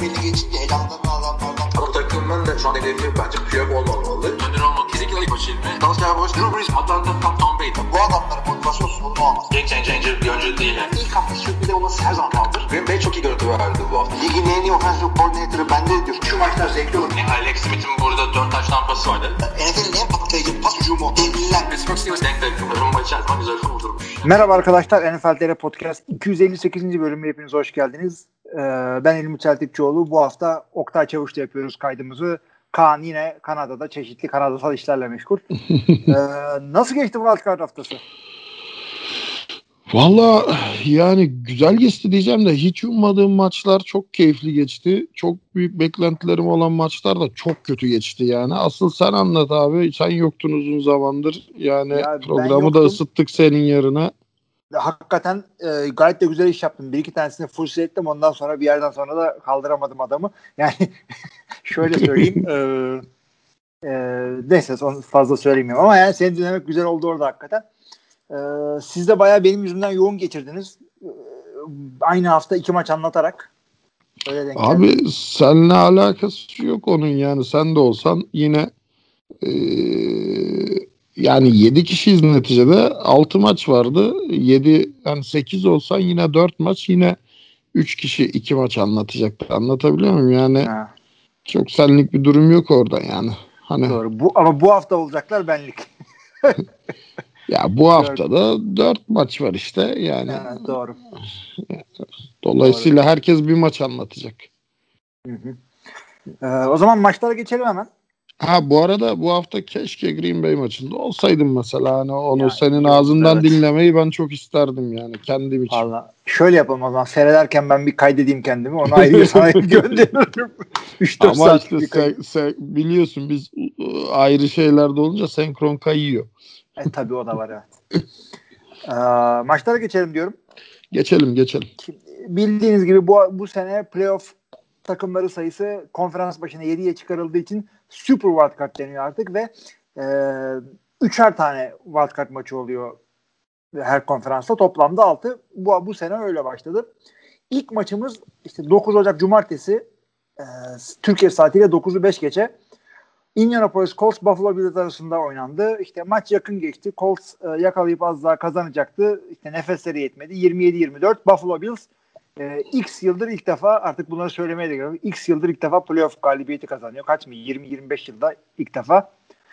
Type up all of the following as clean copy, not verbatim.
belli geçince elanlarını alanlardan. Ama takımın da şu an hedefi bence Piyok olmamalı. Önder olmalı. Kesinlikle ilk başı ilmi. Dalsya Boş, Drew Brees, Atlanta, Tom Brady. Bu adamların motivasyon sorunu olmaz. Game changer bir oyuncu değil yani. İlk hafta sürpriz olması her zaman kaldır. Green Bay çok iyi görüntü verdi bu hafta. Ligin en iyi offensive coordinator'ı bende diyor. Şu maçlar zevkli olur. Alex Smith'in burada 4 taş tampası vardı. NFL'in en patlayıcı pas hücumu. Devliler. Pittsburgh Steelers denk denk. Rumba içer zaman güzel vurdurmuş. Merhaba arkadaşlar, NFL TR Podcast 258. bölümüne hepiniz hoş geldiniz. Ben İlmi Çeltikçioğlu. Bu hafta Oktay Çavuş'ta yapıyoruz kaydımızı. Kaan yine Kanada'da çeşitli Kanadasal işlerle meşgul. Nasıl geçti bu wildcard haftası? Valla yani güzel geçti diyeceğim de hiç ummadığım maçlar çok keyifli geçti. Çok büyük beklentilerim olan maçlar da çok kötü geçti yani. Asıl sen anlat abi. Sen yoktun uzun zamandır. Yani Ya programı da ısıttık senin yerine. Hakikaten gayet de güzel iş yaptım. Bir iki tanesini full ettim. Ondan sonra bir yerden sonra da kaldıramadım adamı. Yani şöyle söyleyeyim. Neyse fazla söylemiyorum. Ama yani seni dinlemek güzel oldu orada hakikaten. Siz de bayağı benim yüzümden yoğun geçirdiniz. Aynı hafta 2 maç anlatarak. Öyle denk Abi geldi. seninle alakası yok onun yani. Sen de olsan yine yani 7 kişiyiz neticede. 6 maç vardı. 7 yani 8 olsan yine 4 maç, yine 3 kişi 2 maç anlatacaktı. Anlatabiliyor muyum? Yani Ha, çok senlik bir durum yok orada yani. Hani doğru. Ama bu hafta olacaklar benlik. ya bu hafta da 4 maç var işte yani. Ha, doğru. Dolayısıyla herkes bir maç anlatacak. Hı hı. O zaman maçlara geçelim hemen. Ha bu arada bu hafta keşke Green Bay maçında olsaydım mesela, hani onu Yani, senin yok, ağzından evet. dinlemeyi ben çok isterdim yani kendim için. Valla şöyle yapalım o zaman. Seyrederken ben bir kaydedeyim kendimi. Onu ayrıca sana gönderirim. 3-4 Ama saat işte bir kayıt. biliyorsun biz ayrı şeylerde olunca senkron kayıyor. Tabii o da var evet. Maçlara geçelim diyorum. Geçelim. Şimdi, bildiğiniz gibi bu sene playoff takımları sayısı konferans başına 7'ye çıkarıldığı için Super Wildcard deniyor artık ve 3'er tane Wildcard maçı oluyor her konferansta. Toplamda 6. Bu sene öyle başladı. İlk maçımız işte 9 Ocak Cumartesi Türkiye saatiyle 9'u 5 geçe Indianapolis Colts Buffalo Bills arasında oynandı. İşte maç yakın geçti. Colts yakalayıp az daha kazanacaktı. İşte nefesleri yetmedi. 27-24 Buffalo Bills X yıldır ilk defa, artık bunları söylemeye de gerek yok. X yıldır ilk defa playoff galibiyeti kazanıyor. Kaç mı? 20-25 yılda ilk defa.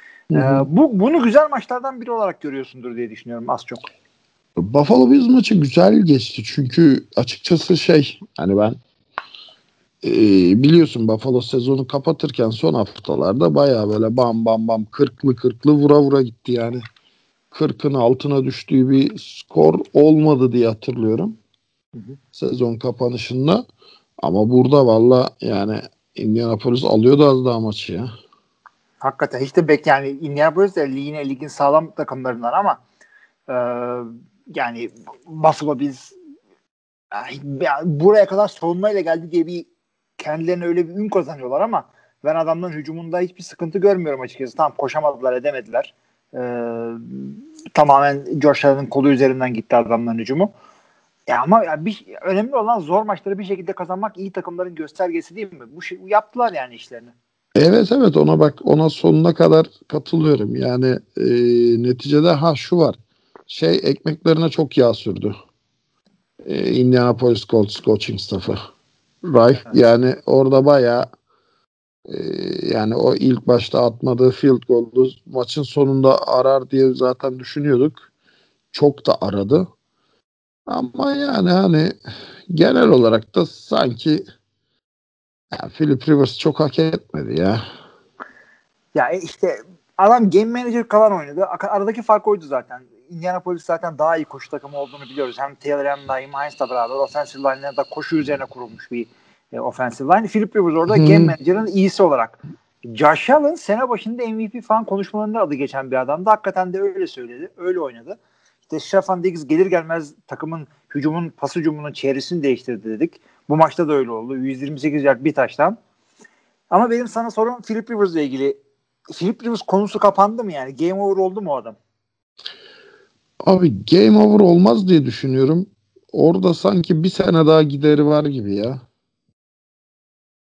Bunu güzel maçlardan biri olarak görüyorsundur diye düşünüyorum az çok. Buffalo Bills maçı güzel geçti çünkü açıkçası hani ben biliyorsun Buffalo sezonu kapatırken son haftalarda bayağı böyle bam bam bam 40'lı vura gitti yani. 40'ın altına düştüğü bir skor olmadı diye hatırlıyorum. Sezon kapanışında. Ama burada valla yani Indianapolis alıyordu az daha maçı ya. Hakikaten hiç de yani Indianapolis de ligin sağlam takımlarından ama yani Buffalo Bills buraya kadar savunmayla geldi diye bir kendilerine öyle bir ün kazanıyorlar ama ben adamların hücumunda hiçbir sıkıntı görmüyorum açıkçası. Tam koşamadılar, edemediler. Tamamen Josh Allen'ın kolu üzerinden gitti adamların hücumu. Ama önemli olan zor maçları bir şekilde kazanmak iyi takımların göstergesi değil mi? Yaptılar yani işlerini. Evet ona sonuna kadar katılıyorum. Yani neticede şu var. Ekmeklerine çok yağ sürdü. Indianapolis Colts coaching staffı. Right. Evet. Yani orada bayağı yani o ilk başta atmadığı field goal'u maçın sonunda arar diye zaten düşünüyorduk. Çok da aradı. Ama yani hani genel olarak da sanki Philip Rivers çok hak etmedi ya. Ya işte adam game manager kalan oynadı. Aradaki fark oydu zaten. Indianapolis zaten daha iyi koşu takımı olduğunu biliyoruz. Hem Taylor hem Naeem Hines'la beraber offensive line'ler da koşu üzerine kurulmuş bir offensive line. Philip Rivers orada game manager'ın iyisi olarak. Josh Allen sene başında MVP falan konuşmalarında adı geçen bir adamdı. Hakikaten de öyle söyledi. Öyle oynadı. İşte Stefan Diggs gelir gelmez takımın pas hücumunun çevresini değiştirdi dedik. Bu maçta da öyle oldu. 128 yard bir taştan. Ama benim sana sorum Philip Rivers'la ilgili. Philip Rivers konusu kapandı mı yani? Game over oldu mu o adam? Abi game over olmaz diye düşünüyorum. Orada sanki bir sene daha gideri var gibi ya.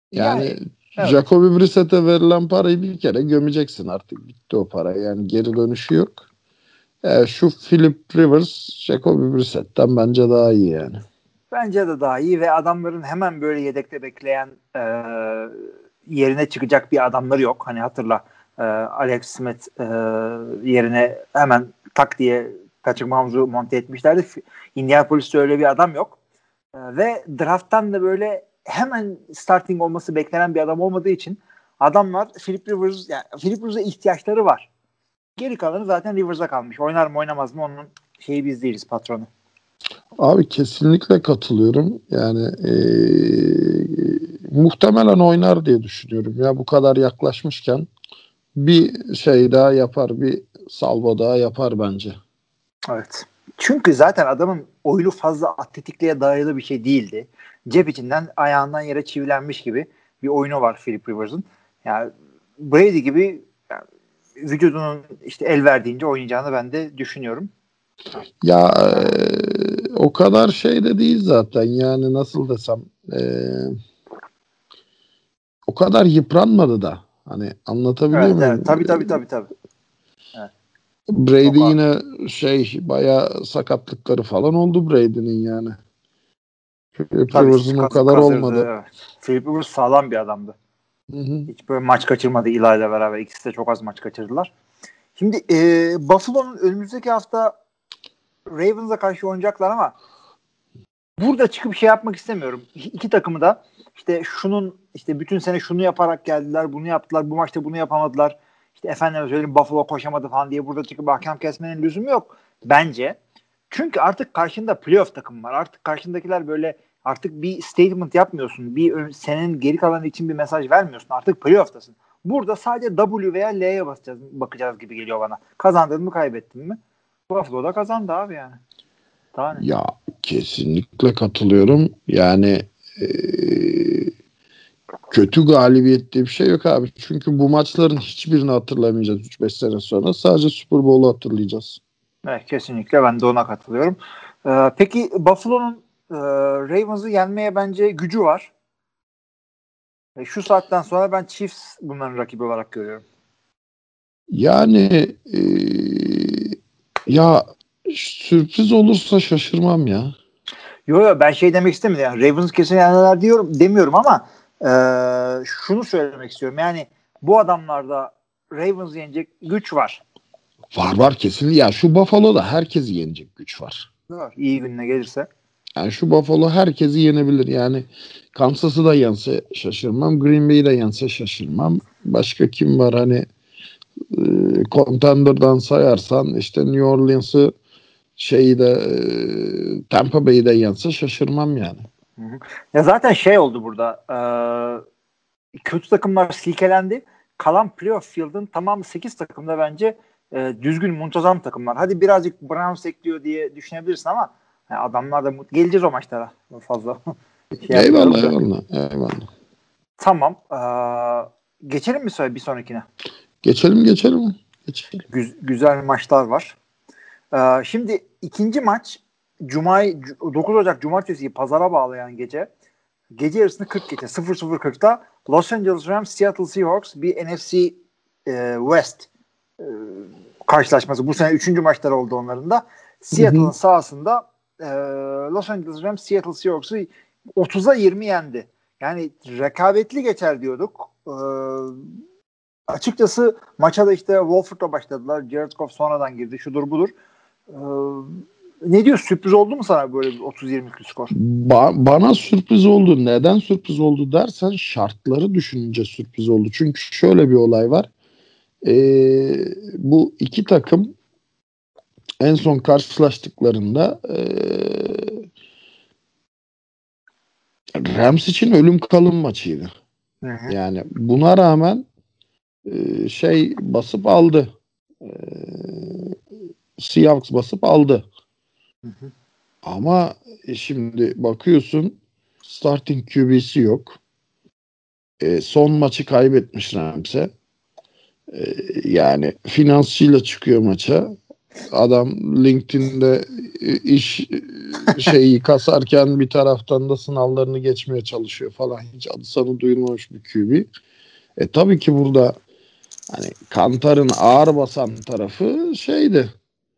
Yani evet. Jacoby Brissett'e verilen parayı bir kere gömeceksin artık. Bitti o para. Yani geri dönüşü yok. Şu Philip Rivers, Jacoby Brissett'ten bence daha iyi yani. Bence de daha iyi ve adamların hemen böyle yedekte bekleyen yerine çıkacak bir adamları yok. Hani hatırla Alex Smith yerine hemen tak diye Patrick Mahomes'u monte etmişlerdi. Indianapolis'te öyle bir adam yok. Ve draft'tan da böyle hemen starting olması beklenen bir adam olmadığı için adamlar Philip Rivers'a ihtiyaçları var. Geri kalanı zaten Rivers'a kalmış. Oynar mı oynamaz mı onun şeyi biz değiliz, patronu. Abi kesinlikle katılıyorum. Yani muhtemelen oynar diye düşünüyorum. Ya bu kadar yaklaşmışken bir şey daha yapar, bir salvo daha yapar bence. Evet. Çünkü zaten adamın oyunu fazla atletikliğe dayalı bir şey değildi. Cep içinden ayağından yere çivilenmiş gibi bir oyunu var Philip Rivers'ın. Yani Brady gibi yani, vücudunun işte el verdiğince oynayacağını ben de düşünüyorum. Ya o kadar şey de değil zaten. Yani nasıl desem o kadar yıpranmadı da. Hani anlatabiliyor Evet, muyum? evet. Tabii. Evet. Brady Çok yine bayağı sakatlıkları falan oldu Brady'nin yani. Philip tabii Rivers'ın o kadar kazırdı. olmadı. Evet. Philip Rivers sağlam bir adamdı. Hı hı. Hiç böyle maç kaçırmadı Eli ile beraber. İkisi de çok az maç kaçırdılar. Şimdi Buffalo'nun önümüzdeki hafta Ravens'a karşı oynayacaklar ama burada çıkıp şey yapmak istemiyorum. İki takımı da işte bütün sene şunu yaparak geldiler, bunu yaptılar, bu maçta bunu yapamadılar. İşte efendim söyleyeyim Buffalo koşamadı falan diye burada çıkıp hakem kesmenin lüzumu yok bence. Çünkü artık karşında playoff takım var. Artık karşındakiler böyle artık bir statement yapmıyorsun. Senin geri kalan için bir mesaj vermiyorsun. Artık playoff'tasın. Burada sadece W veya L'ye bakacağız gibi geliyor bana. Kazandın mı kaybettin mi? Buffalo'da kazandı abi yani. Daha ne? Ya kesinlikle katılıyorum. Yani kötü galibiyet diye bir şey yok abi. Çünkü bu maçların hiçbirini hatırlamayacağız 3-5 sene sonra. Sadece Super Bowl'u hatırlayacağız. Evet, kesinlikle ben de ona katılıyorum. Peki Buffalo'nun Ravens'ı yenmeye bence gücü var. Şu saatten sonra ben Chiefs bunların rakibi olarak görüyorum. Yani ya sürpriz olursa şaşırmam ya. Yo, ben şey demek istemiyorum. Yani Ravens kesin yenerler demiyorum ama şunu söylemek istiyorum. Yani bu adamlarda Ravens yenecek güç var. Var kesinlikle. Ya şu Buffalo'da herkesi yenecek güç var. Var. İyi gününe gelirse. Yani şu Buffalo herkesi yenebilir. Yani Kansas'ı da yense şaşırmam. Green Bay'i de yense şaşırmam. Başka kim var hani Contender'dan sayarsan işte New Orleans'ı Tampa Bay'i de yense şaşırmam yani. Hı. Ya zaten şey oldu burada. Kötü takımlar silkelendi. Kalan playoff field'ın tamamı 8 takımda bence düzgün, muntazam takımlar. Hadi birazcık Browns ekliyor diye düşünebilirsin ama yani adamlar da geleceğiz o maçlara fazla. Eyvallah. Tamam. Geçelim mi bir sonrakine? Geçelim. Güzel maçlar var. Şimdi ikinci maç 9 Ocak Cumartesi'yi pazara bağlayan gece yarısında 40 geçe 00:40'da Los Angeles Rams Seattle Seahawks bir NFC West karşılaşması. Bu sene 3. maçları oldu onların da. Seattle'ın sahasında Los Angeles Rams Seattle Seahawks'ı 30'a 20 yendi. Yani rekabetli geçer diyorduk. Açıkçası maça da işte Wolford'la başladılar. Jared Goff sonradan girdi. Şudur budur. Ne diyor? Sürpriz oldu mu sana böyle bir 30-20'lik skor? Bana sürpriz oldu. Neden sürpriz oldu dersen şartları düşününce sürpriz oldu. Çünkü şöyle bir olay var. Bu iki takım en son karşılaştıklarında Rams için ölüm kalım maçıydı. Hı-hı. Yani buna rağmen basıp aldı. Seahawks basıp aldı. Hı-hı. Ama şimdi bakıyorsun starting QB'si yok. Son maçı kaybetmiş Rams'e. Yani finansçıyla çıkıyor maça. Adam LinkedIn'de iş şeyi kasarken bir taraftan da sınavlarını geçmeye çalışıyor falan. Hiç adı sanı duyulmamış bir QB. Tabii ki burada hani Kantar'ın ağır basan tarafı şeydi.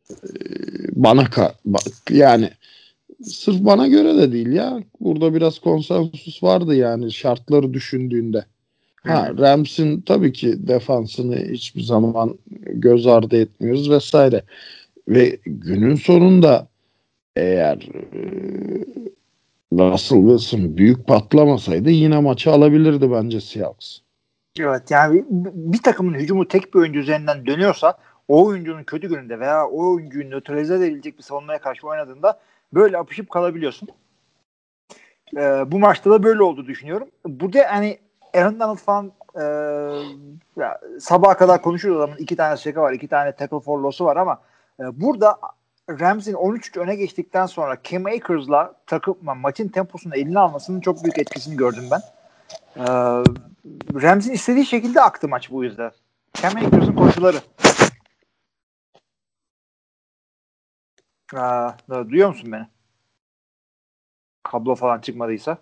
Yani sırf bana göre de değil ya. Burada biraz konsensus vardı yani şartları düşündüğünde. Rams'in tabii ki defansını hiçbir zaman göz ardı etmiyoruz vesaire. Ve günün sonunda eğer Russell Wilson büyük patlamasaydı yine maçı alabilirdi bence Seahawks. Evet, yani bir takımın hücumu tek bir oyuncu üzerinden dönüyorsa o oyuncunun kötü gününde veya o oyuncuyu nötralize edebilecek bir savunmaya karşı oynadığında böyle apışıp kalabiliyorsun. Bu maçta da böyle olduğu düşünüyorum. Burada hani Aaron Donald falan sabaha kadar konuşuyoruz, adamın 2 tane sack'ı var, 2 tane tackle for loss'u var ama burada Rams'in 13-3 öne geçtikten sonra Cam Akers'la maçın temposunu eline almasının çok büyük etkisini gördüm ben. Rams'in istediği şekilde aktı maç bu yüzden. Cam Akers'ın koşuları. Duyuyor musun beni? Kablo falan çıkmadıysa.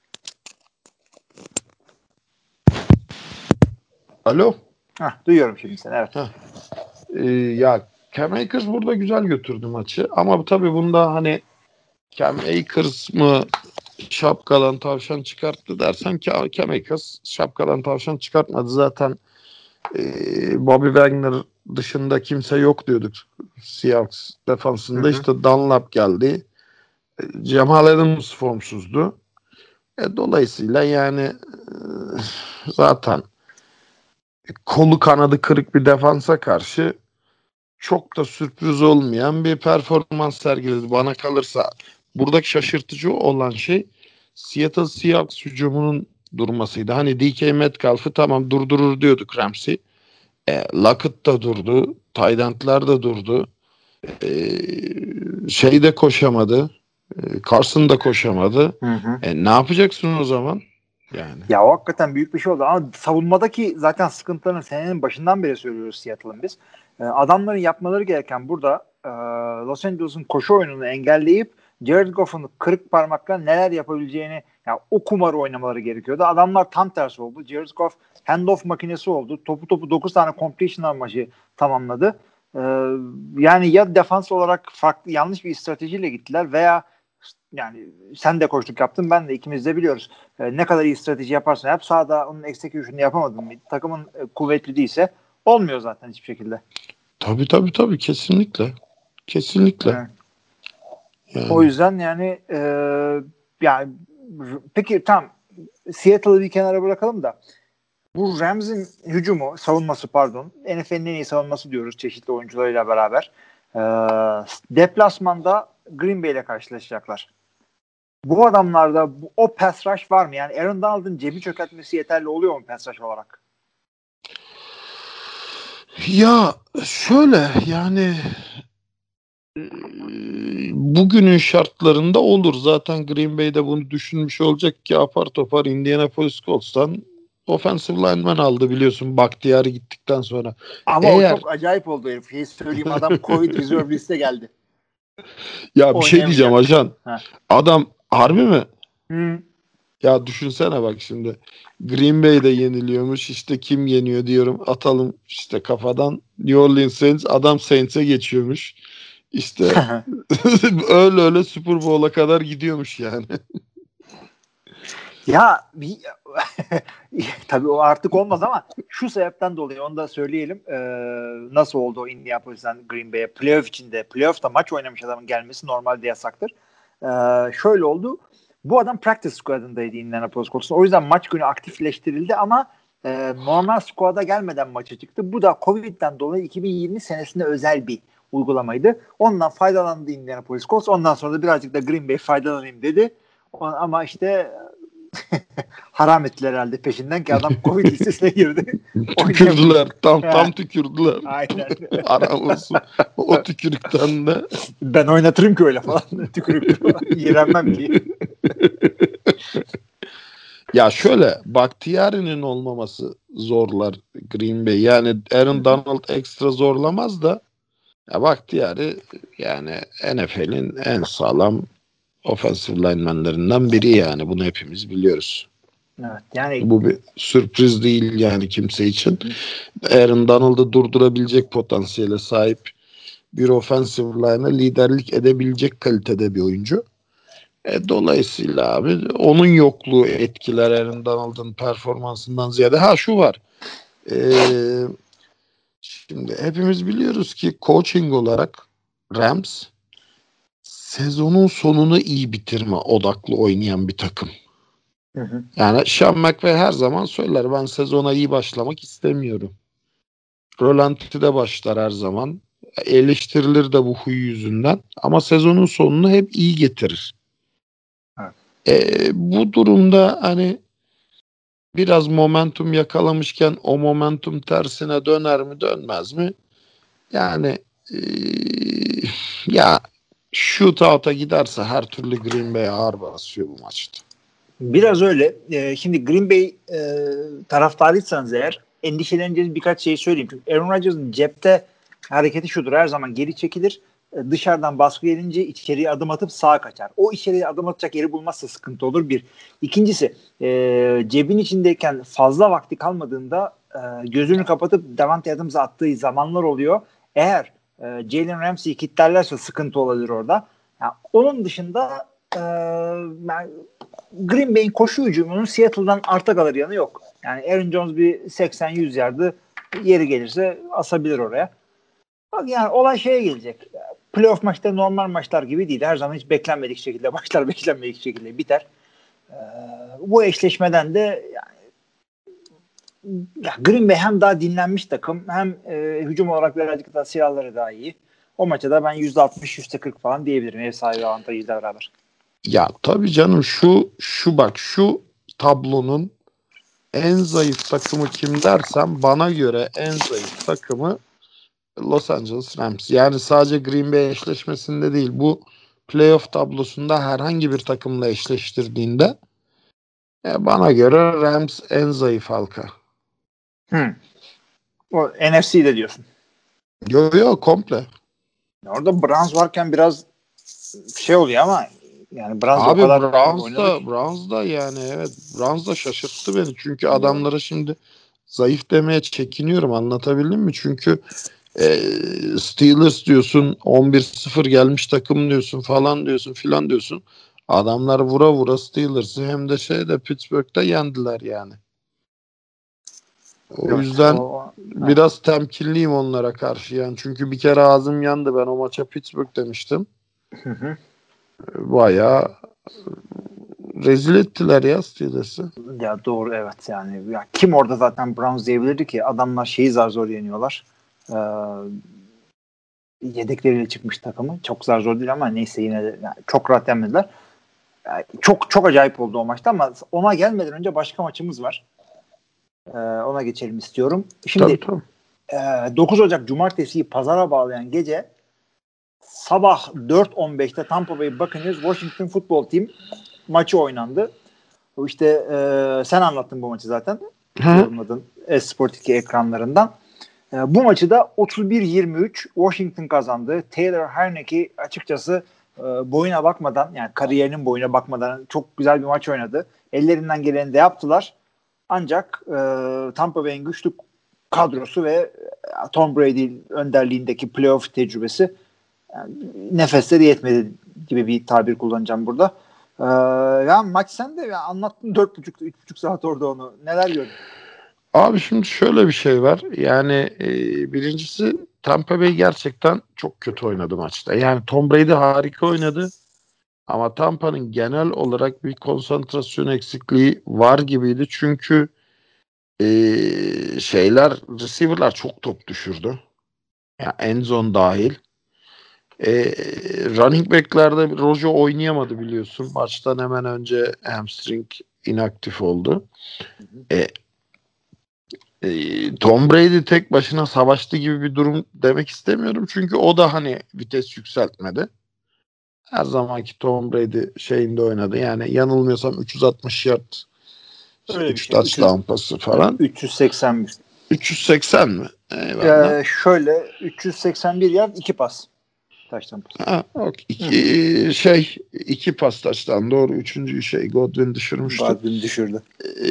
Alo? Duyuyorum şimdi seni, evet. Ya Cam Akers burada güzel götürdü maçı ama tabii bunda hani Cam Akers mı şapkadan tavşan çıkarttı dersen ki Cam Akers şapkadan tavşan çıkartmadı. Zaten Bobby Wagner dışında kimse yok diyorduk Seahawks defansında. İşte Dunlap geldi. Jamal Adams formsuzdu. Dolayısıyla yani zaten kolu kanadı kırık bir defansa karşı çok da sürpriz olmayan bir performans sergiledi. Bana kalırsa buradaki şaşırtıcı olan şey Seattle Seahawks hücumunun durmasıydı. Hani DK Metcalf'ı tamam durdurur diyorduk Ramsey. Lockett da durdu. Tight end'ler de durdu. Şey de koşamadı. Carson da koşamadı. Ne yapacaksın o zaman? Yani. Ya o hakikaten büyük bir şey oldu ama savunmadaki zaten sıkıntılarını senenin başından beri söylüyoruz Seattle'ın biz. Adamların yapmaları gereken burada Los Angeles'ın koşu oyununu engelleyip Jared Goff'un kırık parmakla neler yapabileceğini, yani o kumarı oynamaları gerekiyordu. Adamlar tam tersi oldu. Jared Goff handoff makinesi oldu. Topu 9 tane completion maçı tamamladı. Yani ya defans olarak farklı yanlış bir stratejiyle gittiler veya yani sen de koçluk yaptın, ben de, ikimiz de biliyoruz. Ne kadar iyi strateji yaparsan yap, sahada onun execution'ını yapamadın mı, takımın kuvvetli değilse olmuyor zaten hiçbir şekilde. Tabii kesinlikle. Evet. Yani. O yüzden yani peki tamam, Seattle'ı bir kenara bırakalım da bu Rams'in savunması NFL'in en iyi savunması diyoruz çeşitli oyuncularıyla beraber. Deplasmanda Green Bay ile karşılaşacaklar. Bu adamlarda o pass rush var mı? Yani Aaron Donald'ın cebi çökertmesi yeterli oluyor mu pass rush olarak? Ya şöyle yani bugünün şartlarında olur. Zaten Green Bay'de bunu düşünmüş olacak ki apar topar Indianapolis Colts'tan offensive lineman aldı biliyorsun Bakhtiari gittikten sonra. Ama o çok acayip oldu herif. Söyleyeyim, adam Covid reserve liste geldi. Ya bir şey diyeceğim ajan. Adam harbi mi? Ya düşünsene bak şimdi. Green Bay'de yeniliyormuş. İşte kim yeniyor diyorum. Atalım işte kafadan. New Orleans Saints. Adam Saints'e geçiyormuş. İşte öyle Super Bowl'a kadar gidiyormuş yani. Ya tabii o artık olmaz ama şu sebepten dolayı onu da söyleyelim. Nasıl oldu o Indianapolis'ten Green Bay'e playoff içinde? Playoff'ta maç oynamış adamın gelmesi normalde yasaktır. Şöyle oldu. Bu adam practice squad'ındaydı Indianapolis Colts'un. O yüzden maç günü aktifleştirildi ama normal squad'a gelmeden maça çıktı. Bu da Covid'den dolayı 2020 senesinde özel bir uygulamaydı. Ondan faydalandı Indianapolis Colts. Ondan sonra da birazcık da Green Bay faydalanayım dedi. Ama işte haram ettiler herhalde peşinden ki adam Covid listesine girdi. Tükürdüler. Tam tükürdüler. Aynen. Haram olsun. O tükürükten de. Ben oynatırım ki öyle falan. Tükürük falan. Yirenmem ki. Ya şöyle Bakhtiari'nin olmaması zorlar Green Bay. Yani Aaron Donald ekstra zorlamaz da Ya Bakhtiari yani NFL'in en sağlam offensive linemenlerinden biri yani. Bunu hepimiz biliyoruz. Evet, yani Bu bir sürpriz değil yani kimse için. Aaron Donald'ı durdurabilecek potansiyele sahip bir offensive line'a liderlik edebilecek kalitede bir oyuncu. Dolayısıyla abi onun yokluğu etkiler Aaron Donald'ın performansından ziyade. Ha şu var. Şimdi hepimiz biliyoruz ki coaching olarak Rams sezonun sonunu iyi bitirme odaklı oynayan bir takım. Hı. Yani Sean McVay her zaman söyler, ben sezona iyi başlamak istemiyorum. Rölantide başlar her zaman. Eleştirilir de bu huy yüzünden. Ama sezonun sonunu hep iyi getirir. Evet. Bu durumda hani biraz momentum yakalamışken o momentum tersine döner mi dönmez mi? Yani ya shootout'a giderse her türlü Green Bay'e ağır basıyor bu maçta. Biraz öyle. Şimdi Green Bay taraftarıysanız eğer endişeleneceğiniz birkaç şey söyleyeyim. Çünkü Aaron Rodgers'ın cepte hareketi şudur. Her zaman geri çekilir. Dışarıdan baskı gelince içeriye adım atıp sağa kaçar. O içeriye adım atacak yeri bulmazsa sıkıntı olur bir. İkincisi cebin içindeyken fazla vakti kalmadığında gözünü kapatıp Davante Adams'a attığı zamanlar oluyor. Eğer Jalen Ramsey'i kilitlerlerse sıkıntı olabilir orada. Yani onun dışında Green Bay'in koşu hücumunun Seattle'dan arta kalır yanı yok. Yani Aaron Jones bir 80-100 yardı yeri gelirse asabilir oraya. Bak yani olay şeye gelecek. Playoff maçta normal maçlar gibi değil. Her zaman hiç beklenmedik şekilde maçlar beklenmedik şekilde biter. Bu eşleşmeden de ya Green Bay hem daha dinlenmiş takım hem hücum olarak birazcık daha silahları daha iyi. O maça da ben %60 %40 falan diyebilirim ev sahibi avantajıyla beraber. Ya tabii canım şu tablonun en zayıf takımı kim dersem bana göre en zayıf takımı Los Angeles Rams. Yani sadece Green Bay eşleşmesinde değil, bu playoff tablosunda herhangi bir takımla eşleştirdiğinde bana göre Rams en zayıf halka. O NFC'de diyorsun. Yo komple. Orada Browns varken biraz şey oluyor ama yani Browns o Abi kadar oynadı ki. Browns da yani evet Browns da şaşırttı beni. Çünkü adamlara şimdi zayıf demeye çekiniyorum, anlatabildim mi? Çünkü Steelers diyorsun, 11-0 gelmiş takım diyorsun falan diyorsun filan diyorsun. Adamlar vura vura Steelers'ı hem de Pittsburgh'da yendiler yani. O yüzden biraz temkinliyim onlara karşı yani. Çünkü bir kere ağzım yandı, ben o maça Pittsburgh demiştim. Bayağı rezil ettiler ya Steelers'ı. Ya doğru, evet yani. Ya kim orada zaten Browns diyebilirdi ki, adamlar şeyi zar zor yeniyorlar. Yedekleriyle çıkmış takımı. Çok zar zor değil ama neyse yine de yani çok rahat yenmediler. Yani çok acayip oldu o maçta ama ona gelmeden önce başka maçımız var. Ona geçelim istiyorum. Şimdi Tabii. 9 Ocak Cumartesi'yi pazara bağlayan gece sabah 4.15'te Tampa Bay Buccaneers Washington Football Team maçı oynandı. İşte sen anlattın bu maçı zaten. Yorumladın Esport 2 ekranlarından. Bu maçı da 31-23 Washington kazandı. Taylor Heinicke açıkçası boyuna bakmadan, yani kariyerinin boyuna bakmadan çok güzel bir maç oynadı. Ellerinden geleni de yaptılar. Ancak Tampa Bay'in güçlü kadrosu ve Tom Brady önderliğindeki playoff tecrübesi yani nefesleri yetmedi gibi bir tabir kullanacağım burada. Ya maç sen de anlattın 3,5 saat orada onu. Neler gördün? Abi şimdi şöyle bir şey var. Yani birincisi Tampa Bay gerçekten çok kötü oynadı maçta. Yani Tom Brady harika oynadı. Ama Tampa'nın genel olarak bir konsantrasyon eksikliği var gibiydi. Çünkü receiver'lar çok top düşürdü. Yani end zone dahil. Running back'lerde Rojo oynayamadı biliyorsun. Maçtan hemen önce hamstring inaktif oldu. Tom Brady tek başına savaştı gibi bir durum demek istemiyorum. Çünkü o da hani vites yükseltmedi. Her zamanki Tom Brady şeyinde oynadı. Yani yanılmıyorsam 360 yard 3 touchdown pası falan. 381. 380 mi? Eyvallah. Şöyle 381 yard 2 pas. Taştan pas. Ha, iki pas taştan doğru. Üçüncü Godwin düşürmüştü. Godwin düşürdü.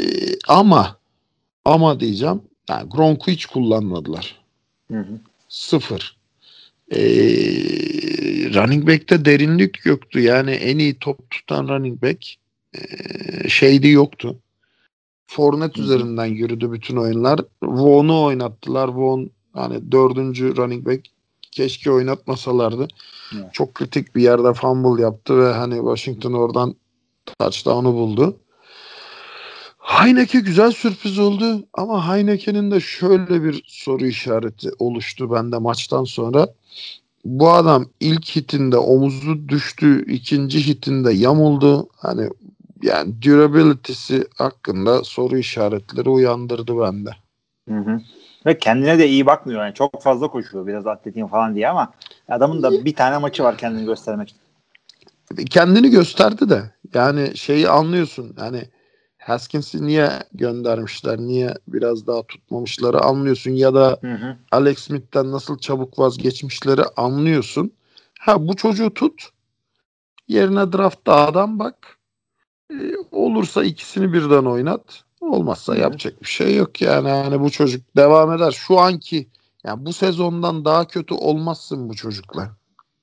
Ama diyeceğim yani Gronk'u hiç kullanmadılar. Hı. Sıfır. Running back'te derinlik yoktu. Yani en iyi top tutan running back yoktu. Fournette üzerinden yürüdü bütün oyunlar. Vaughn'u oynattılar. Vaughn hani 4. running back, keşke oynatmasalardı. Evet. Çok kritik bir yerde fumble yaptı ve hani Washington oradan touchdown'u buldu. Heinicke güzel sürpriz oldu ama Heinicke'nin de şöyle bir soru işareti oluştu bende maçtan sonra. Bu adam ilk hitinde omuzu düştü, ikinci hitinde yamuldu. Hani yani durability'si hakkında soru işaretleri uyandırdı bende. Hı. Ve kendine de iyi bakmıyor. Yani çok fazla koşuyor biraz atletin falan diye ama adamın da bir tane maçı var kendini göstermek için. Kendini gösterdi de yani anlıyorsun. Yani Haskins'i niye göndermişler, niye biraz daha tutmamışları anlıyorsun ya da Alex Smith'ten nasıl çabuk vazgeçmişleri anlıyorsun. Bu çocuğu tut, yerine draftta adam bak, olursa ikisini birden oynat, olmazsa yapacak bir şey yok yani. Yani bu çocuk devam eder. Şu anki yani bu sezondan daha kötü olmazsın bu çocukla.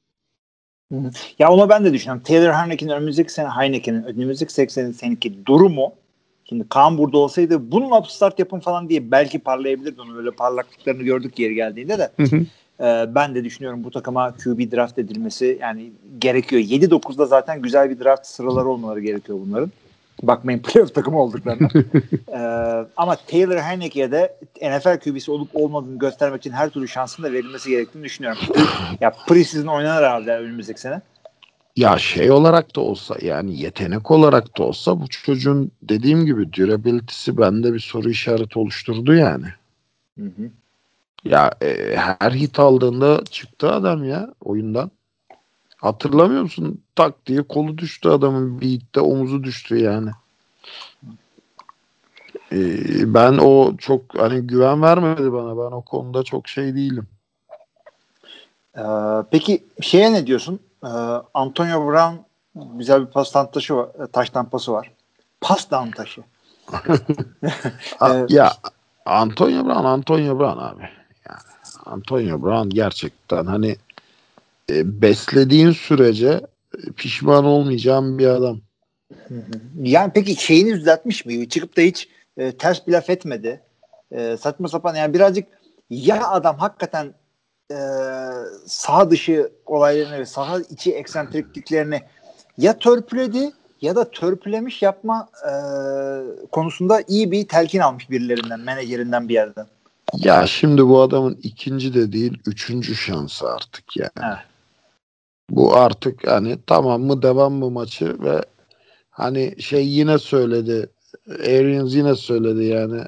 Ya onu ben de düşünüyorum. Taylor Heinicke'nin önümüzdeki seneki durumu, şimdi Kaan burada olsaydı bunun upstart yapın falan diye belki parlayabilirdi, onu öyle parlaklıklarını gördük yeri geldiğinde de. Ben de düşünüyorum bu takıma QB draft edilmesi yani gerekiyor. 7-9'da zaten güzel bir draft sıraları olmaları gerekiyor bunların. Bakmayın playoff takımı olduklarına. Ama Taylor Heinicke'ye de NFL QB'si olup olmadığını göstermek için her türlü şansın da verilmesi gerektiğini düşünüyorum. Ya preseason oynanır herhalde önümüzdeki sene. Ya olarak da olsa yani yetenek olarak da olsa bu çocuğun dediğim gibi durability'si bende bir soru işareti oluşturdu yani. Hı. Ya her hit aldığında çıktı adam ya oyundan. Hatırlamıyor musun? Tak diye kolu düştü adamın, bir hitte omuzu düştü yani. Ben o çok hani güven vermedi bana. Ben o konuda çok değilim. Peki ne diyorsun? Antonio Brown güzel bir taş tampası var. Pas down taşı. Ya Antonio Brown abi. Yani Antonio Brown gerçekten hani beslediğin sürece pişman olmayacağım bir adam. Yani peki düzeltmiş mi? Çıkıp da hiç ters bir laf etmedi. Saçma sapan yani birazcık ya adam hakikaten saha dışı olaylarını ve saha içi eksentrikliklerini ya törpüledi ya da törpülemiş yapma konusunda iyi bir telkin almış birilerinden, menajerinden bir yerden. Ya şimdi bu adamın ikinci de değil, üçüncü şansı artık yani. Evet. Bu artık hani tamam mı devam mı maçı ve hani yine söyledi, Arians yine söyledi yani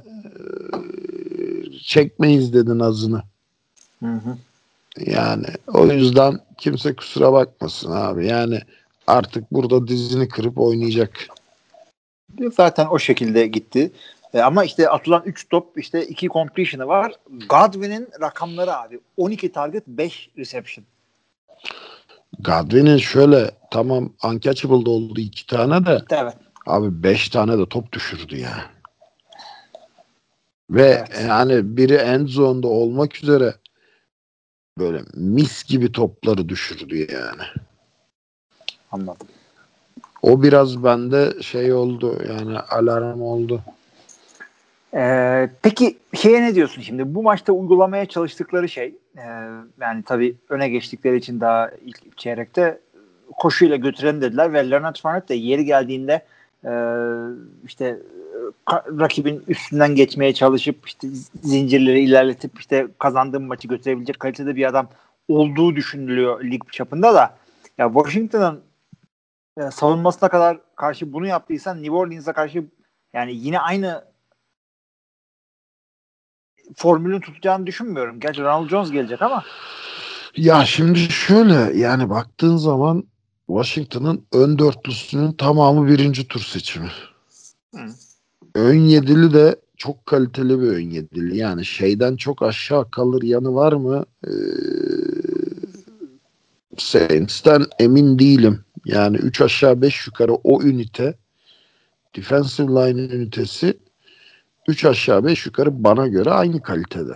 çekmeyiz dedi nazını. Hı. Yani o yüzden kimse kusura bakmasın abi. Yani artık burada dizini kırıp oynayacak. Zaten o şekilde gitti. Ama işte atılan 3 top, 2 completion'ı var. Godwin'in rakamları abi. 12 target, 5 reception. Godwin'in tamam uncatchable'da oldu 2 tane de. Evet. Abi 5 tane de top düşürdü ya. Ve yani biri end zone'da olmak üzere böyle mis gibi topları düşürdü yani. Anladım. O biraz bende oldu yani alarm oldu. Peki ne diyorsun şimdi? Bu maçta uygulamaya çalıştıkları yani tabii öne geçtikleri için daha ilk çeyrekte koşuyla götürelim dediler ve Leonard Fournette de yeri geldiğinde rakibin üstünden geçmeye çalışıp zincirleri ilerletip kazandığım maçı götürebilecek kalitede bir adam olduğu düşünülüyor lig çapında da. Ya Washington'ın savunmasına kadar karşı bunu yaptıysan New Orleans'a karşı yani yine aynı formülün tutacağını düşünmüyorum. Gerçi Ronald Jones gelecek ama. Ya şimdi yani baktığın zaman Washington'ın ön dörtlüsünün tamamı birinci tur seçimi. Ön yedili de çok kaliteli bir ön yedili. Yani şeyden çok aşağı kalır yanı var mı? Saints'ten emin değilim. Yani 3 aşağı 5 yukarı o ünite, defensive line ünitesi 3 aşağı 5 yukarı bana göre aynı kalitede.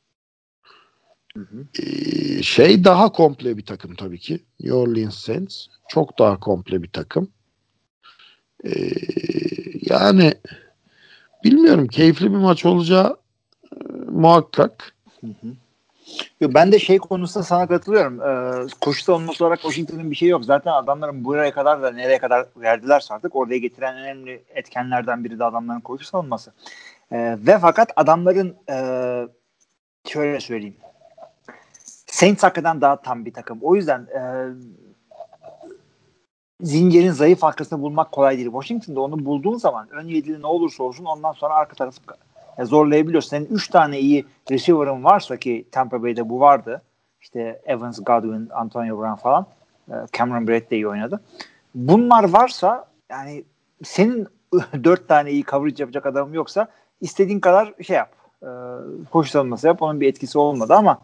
Şey daha komple bir takım tabii ki. New Orleans Saints. Çok daha komple bir takım. Yani bilmiyorum. Keyifli bir maç olacağı muhakkak. Ben de şey konusunda sana katılıyorum. Koşu savunması olarak Washington'ın bir şey yok. Zaten adamların buraya kadar da nereye kadar verdilerse artık oraya getiren önemli etkenlerden biri de adamların koşu savunması. Ve fakat adamların şöyle söyleyeyim. Saints hakikaten daha tam bir takım. O yüzden zincirin zayıf halkasını bulmak kolay değil. Washington'da onu bulduğun zaman ön yedili ne olursa olsun ondan sonra arka tarafı zorlayabiliyorsun. Senin 3 tane iyi receiver'ın varsa ki Tampa Bay'de bu vardı. İşte Evans, Godwin, Antonio Brown falan. Cameron Brate de iyi oynadı. Bunlar varsa yani senin 4 tane iyi coverage yapacak adamın yoksa istediğin kadar şey yap. Koşu savunması yap. Onun bir etkisi olmadı ama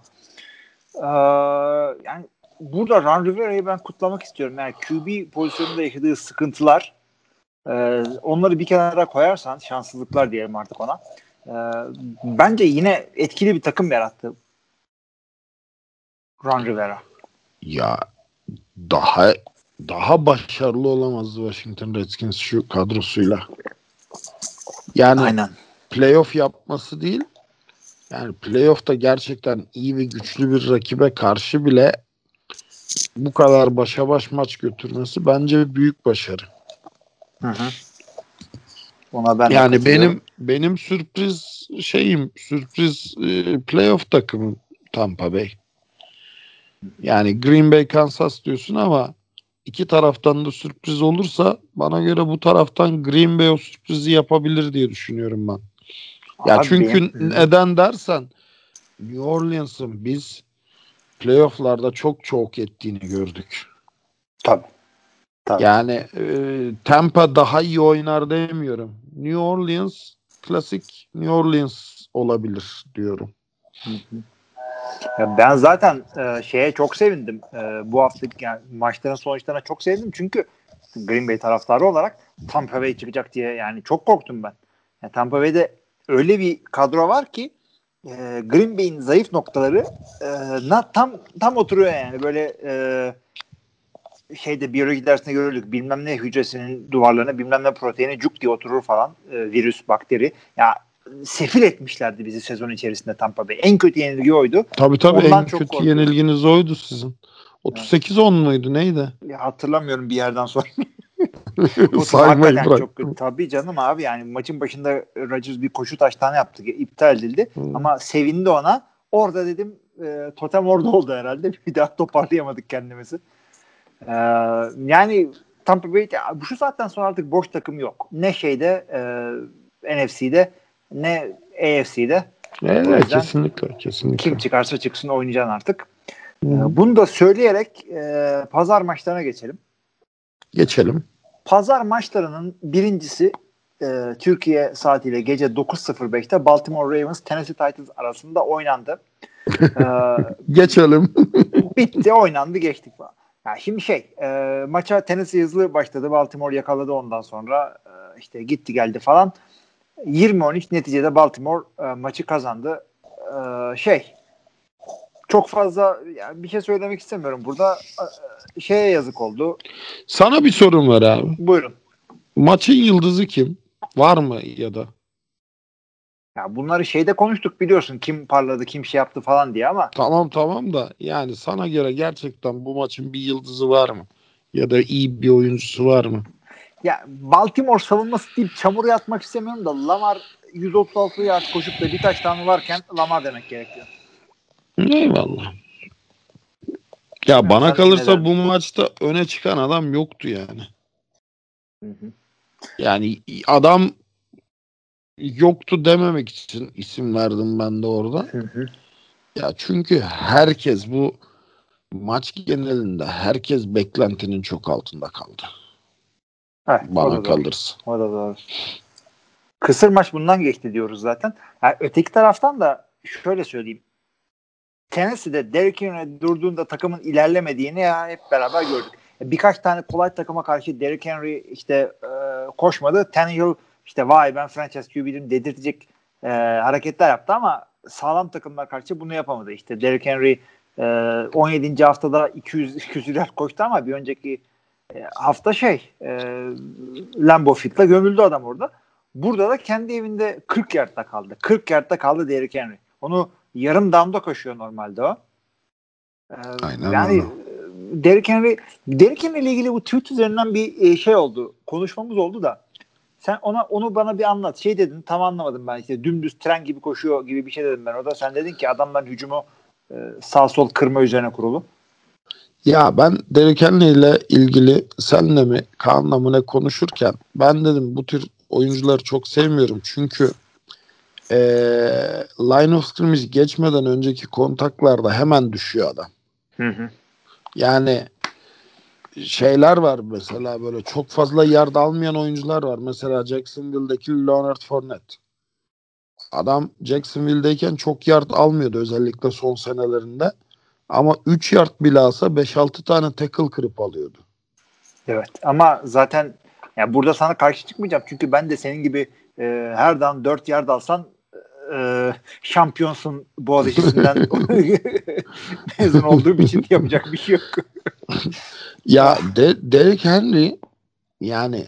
yani burada Ron Rivera'yı ben kutlamak istiyorum. Yani QB pozisyonunda yaşadığı sıkıntılar onları bir kenara koyarsan şanssızlıklar diyelim artık ona. Bence yine etkili bir takım yarattı Ron Rivera. Ya daha başarılı olamazdı Washington Redskins şu kadrosuyla. Yani aynen. Playoff yapması değil. Yani playoff'ta gerçekten iyi ve güçlü bir rakibe karşı bile bu kadar başa baş maç götürmesi bence büyük başarı. Hı. Ona ben yani benim sürpriz playoff takımım Tampa Bay. Yani Green Bay Kansas diyorsun ama iki taraftan da sürpriz olursa bana göre bu taraftan Green Bay o sürprizi yapabilir diye düşünüyorum ben. Ya çünkü neden dersen New Orleans'ın biz playoff'larda çok ettiğini gördük. Tabii. Yani Tampa daha iyi oynar demiyorum. New Orleans klasik New Orleans olabilir diyorum. Ya ben zaten şeye çok sevindim. Bu haftaki yani maçların sonuçlarına çok sevindim. Çünkü Green Bay taraftarı olarak Tampa Bay çıkacak diye yani çok korktum ben. Yani Tampa Bay'de öyle bir kadro var ki Green Bay'in zayıf noktaları tam oturuyor yani. Böyle biyoloji dersine görürdük. Bilmem ne hücresinin duvarlarına bilmem ne proteini cuk diye oturur falan. Virüs, bakteri. Ya sefil etmişlerdi bizi sezon içerisinde Tampa Bay. En kötü yenilgi oydu. Tabii en kötü yenilginiz oydu sizin. 38-10 muydu neydi? Ya hatırlamıyorum bir yerden sonra. Saymayı bırak. Çok kötü. Tabii canım abi yani maçın başında Rodgers bir koşu taştanı yaptı. İptal edildi. Ama sevindi ona. Orada dedim totem orada oldu herhalde. Bir daha toparlayamadık kendimizi. Yani Tampa Bay şu saatten sonra artık boş takım yok. Ne NFC'de ne AFC'de. Evet, kesinlikle. Kim çıkarsa çıksın oynayacaksın artık. Bunu da söyleyerek pazar maçlarına geçelim. Pazar maçlarının birincisi Türkiye saatiyle gece 9.05'te Baltimore Ravens Tennessee Titans arasında oynandı. Geçelim. Bitti, oynandı, geçtik falan. Yani şimdi maça Tennessee hızlı başladı. Baltimore yakaladı ondan sonra işte gitti geldi falan. 20-13 neticede Baltimore maçı kazandı. Çok fazla yani bir şey söylemek istemiyorum. Burada yazık oldu. Sana bir sorum var abi. Buyurun. Maçın yıldızı kim? Var mı ya da? Ya bunları konuştuk biliyorsun. Kim parladı, kim şey yaptı falan diye ama. Tamam da yani sana göre gerçekten bu maçın bir yıldızı var mı? Ya da iyi bir oyuncusu var mı? Ya Baltimore savunması deyip çamura yatmak istemiyorum da Lamar 136 yard koşup da bir touchdown varken Lamar demek gerekiyor. Eyvallah. Ya bana kalırsa bu maçta öne çıkan adam yoktu yani. Hı. Yani adam yoktu dememek için isim verdim ben de orada. Hı. Ya çünkü herkes bu maç genelinde herkes beklentinin çok altında kaldı. Evet, bana kalırsa. O da doğru. kısır maç bundan geçti diyoruz zaten. Yani öteki taraftan da şöyle söyleyeyim. Tennessee'de Derrick Henry durduğunda takımın ilerlemediğini ya hep beraber gördük. Birkaç tane kolay takıma karşı Derrick Henry işte koşmadı. Tannehill işte vay ben franchise QB'dim dedirtecek hareketler yaptı ama sağlam takımlar karşı bunu yapamadı. İşte Derrick Henry 17. haftada 200 yard koştu ama bir önceki hafta Lambeau Field'la gömüldü adam orada. Burada da kendi evinde 40 yardta kaldı. 40 yardta kaldı Derrick Henry. Onu yarım down'da koşuyor normalde o. Aynen yani öyle. Derrick Henry ile ilgili bu tweet üzerinden bir oldu. Konuşmamız oldu da. Sen onu bana bir anlat. Dedin tam anlamadım ben. İşte dümdüz tren gibi koşuyor gibi bir şey dedim ben orada. Sen dedin ki adamların hücumu sağ sol kırma üzerine kurulu. Ya ben Derrick Henry ile ilgili senle mi Kaan'la mı ne konuşurken ben dedim bu tür oyuncuları çok sevmiyorum. Çünkü line of scrimmage geçmeden önceki kontaklarda hemen düşüyor adam. Hı. Yani şeyler var mesela böyle çok fazla yard almayan oyuncular var. Mesela Jacksonville'deki Leonard Fournette. Adam Jacksonville'deyken çok yard almıyordu özellikle son senelerinde. Ama 3 yard bile alsa 5-6 tane tackle kırıp alıyordu. Evet ama zaten yani burada sana karşı çıkmayacağım. Çünkü ben de senin gibi her down 4 yard alsan şampiyonsun Boğaziçi'nden mezun olduğum için yapacak bir şey yok. Ya Derrick Henry yani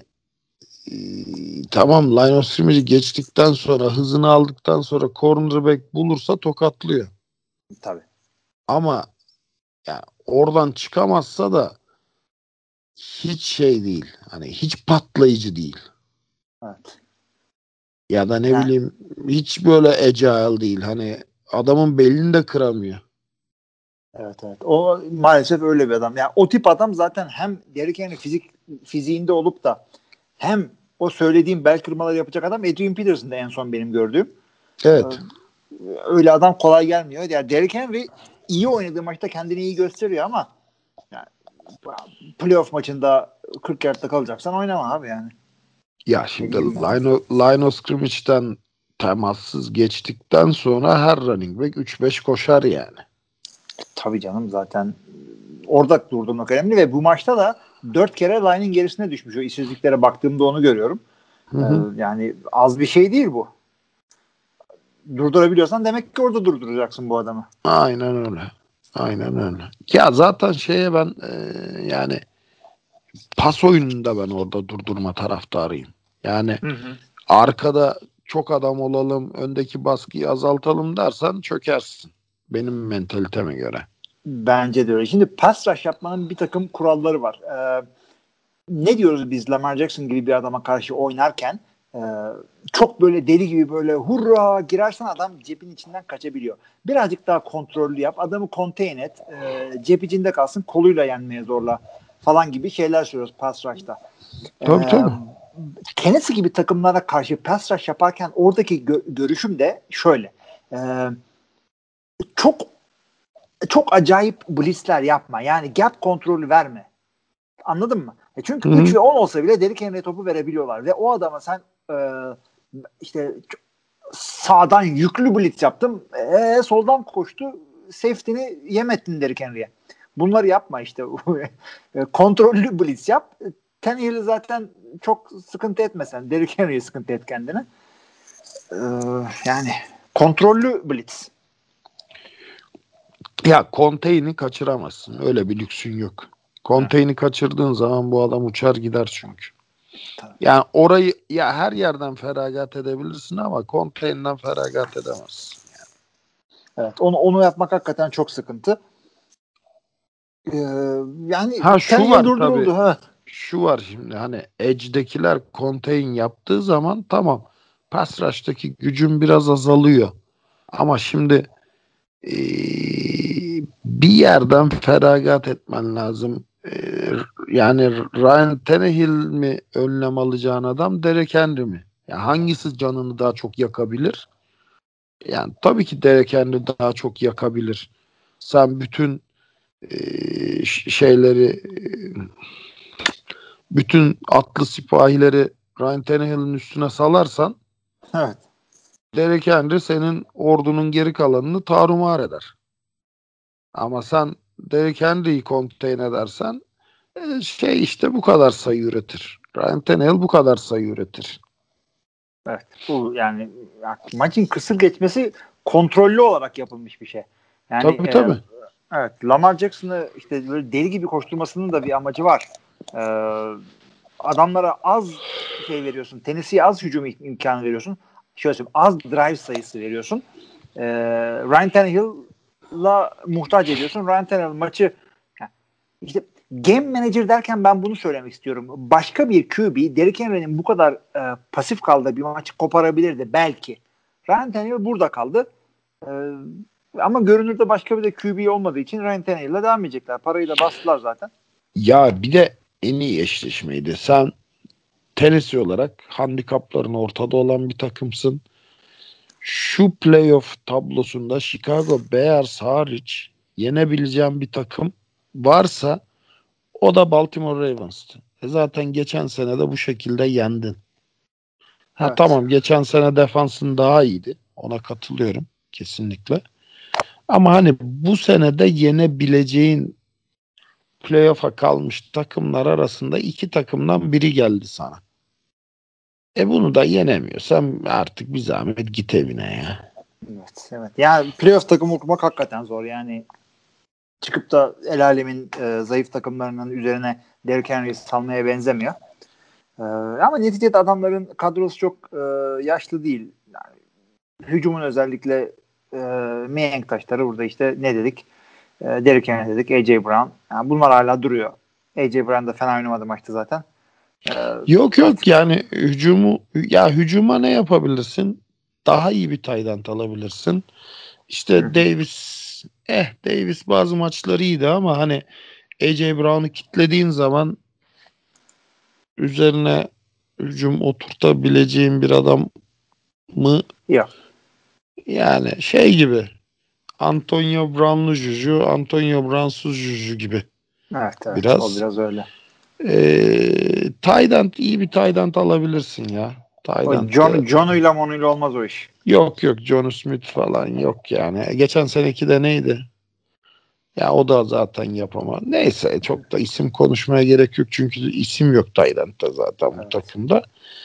tamam line of scrimmage'i geçtikten sonra hızını aldıktan sonra cornerback bulursa tokatlıyor. Tabii. Ama ya oradan çıkamazsa da hiç değil. Hani hiç patlayıcı değil. Evet. Ya da ne bileyim hiç böyle agile değil. Hani adamın belini de kıramıyor. Evet. O maalesef öyle bir adam. Yani o tip adam zaten hem Derrick Henry fiziğinde olup da hem o söylediğim bel kırmaları yapacak adam Adrian Peterson'da en son benim gördüğüm. Evet. Öyle adam kolay gelmiyor. Yani Derrick Henry iyi oynadığı maçta kendini iyi gösteriyor ama yani playoff maçında 40 yardta kalacaksan oynama abi yani. Ya şimdi line of scrimmage'den temassız geçtikten sonra her running back 3-5 koşar yani. Tabii canım zaten orada durdurmak önemli ve bu maçta da 4 kere line'in gerisine düşmüş. O işsizliklere baktığımda onu görüyorum. Yani az bir şey değil bu. Durdurabiliyorsan demek ki orada durduracaksın bu adamı. Aynen öyle. Ya zaten ben yani pas oyununda ben orada durdurma taraftarıyım. Yani arkada çok adam olalım, öndeki baskıyı azaltalım dersen çökersin. Benim mentaliteme göre. Bence de öyle. Şimdi pass rush yapmanın bir takım kuralları var. Ne diyoruz biz Lamar Jackson gibi bir adama karşı oynarken çok böyle deli gibi böyle hurra girersen adam cebin içinden kaçabiliyor. Birazcık daha kontrollü yap. Adamı contain et. Cep içinde kalsın. Koluyla yenmeye zorla falan gibi şeyler söylüyoruz pass rush'ta. Tabii. Tennessee gibi takımlara karşı pass rush yaparken oradaki görüşüm de şöyle. Çok acayip blitzler yapma. Yani gap kontrolü verme. Anladın mı? Çünkü 3 ve 10 olsa bile Derrick Henry'e topu verebiliyorlar. Ve o adama sen işte sağdan yüklü blitz yaptım. Soldan koştu. Safety'ni yemedin Derrick Henry'e. Bunları yapma işte. Kontrollü blitz yap. Tannehill'i zaten çok sıkıntı etmesen. Derrick Henry'e sıkıntı et kendine. Yani kontrollü blitz. Ya contain'i kaçıramazsın. Öyle bir lüksün yok. Contain'i kaçırdığın zaman bu adam uçar gider çünkü. Tabii. Yani orayı ya her yerden feragat edebilirsin ama contain'den feragat edemezsin. Yani. Evet. Onu yapmak hakikaten çok sıkıntı. Yani şu var durduruldu. tabii. Ha. Şu var şimdi hani edge'dekiler contain yaptığı zaman tamam pass rush'taki gücün biraz azalıyor. Ama şimdi bir yerden feragat etmen lazım. Yani Ryan Tannehill mi önlem alacağın adam Derrick Henry mi? Yani hangisi canını daha çok yakabilir? Yani tabii ki Derrick Henry daha çok yakabilir. Sen bütün bütün atlı sipahileri Ryan Tannehill'in üstüne salarsan Evet. Derrick Henry senin ordunun geri kalanını tarumar eder. Ama sen Derrick Henry'yi contain edersen işte bu kadar sayı üretir. Ryan Tannehill bu kadar sayı üretir. Evet. Bu yani maçın kısır geçmesi kontrollü olarak yapılmış bir şey. Yani Tabii. evet, Lamar Jackson'ı işte böyle deli gibi koşturmasının da bir amacı var. Adamlara az şey veriyorsun. Tennessee'ye az hücum imkanı veriyorsun. Şöyle söyleyeyim, az drive sayısı veriyorsun. Ryan Tannehill'la muhtaç ediyorsun. Ryan Tannehill maçı işte game manager derken ben bunu söylemek istiyorum. Başka bir QB Derrick Henry'nin bu kadar pasif kaldığı bir maçı koparabilirdi belki. Ryan Tannehill burada kaldı. Ama görünürde başka bir de QB olmadığı için Ryan Tannehill'le devam edecekler. Parayı da bastılar zaten. Ya bir de en iyi eşleşmeydi. Sen Tennessee olarak handikapların ortada olan bir takımsın. Şu playoff tablosunda Chicago Bears hariç yenebileceğin bir takım varsa o da Baltimore Ravens'tı. Zaten geçen sene de bu şekilde yendin. Evet. Tamam, geçen sene defansın daha iyiydi. Ona katılıyorum kesinlikle. Ama hani bu sene de yenebileceğin playoff'a kalmış takımlar arasında iki takımdan biri geldi sana. Bunu da yenemiyorsan artık bir zahmet git evine ya. Evet. Yani playoff takımı kurmak hakikaten zor. Yani çıkıp da el alemin zayıf takımlarının üzerine Derrick Henry'i salmaya benzemiyor. Ama neticede adamların kadrosu çok yaşlı değil. Yani, hücumun özellikle mihenk taşları burada işte ne dedik? Derrick Henry dedik, A.J. Brown. Yani bunlar hala duruyor. A.J. Brown da fena oynamadı maçta zaten. Yok yani hücuma ne yapabilirsin? Daha iyi bir tight end alabilirsin. İşte Davis bazı maçları iyiydi ama hani A.J. Brown'u kitlediğin zaman üzerine hücum oturtabileceğin bir adam mı? Yok. Yani şey gibi Antonio Brown'lu Juju, Antonio Brown'suz Juju gibi. Evet. Biraz. O biraz öyle. Tight end, iyi bir tight end alabilirsin ya. John'uyla Monu'yla olmaz o iş. Yok John Smith falan yok yani. Geçen seneki de neydi? Ya o da zaten yapamaz. Neyse çok da isim konuşmaya gerek yok. Çünkü isim yok Tayland'da zaten bu takımda.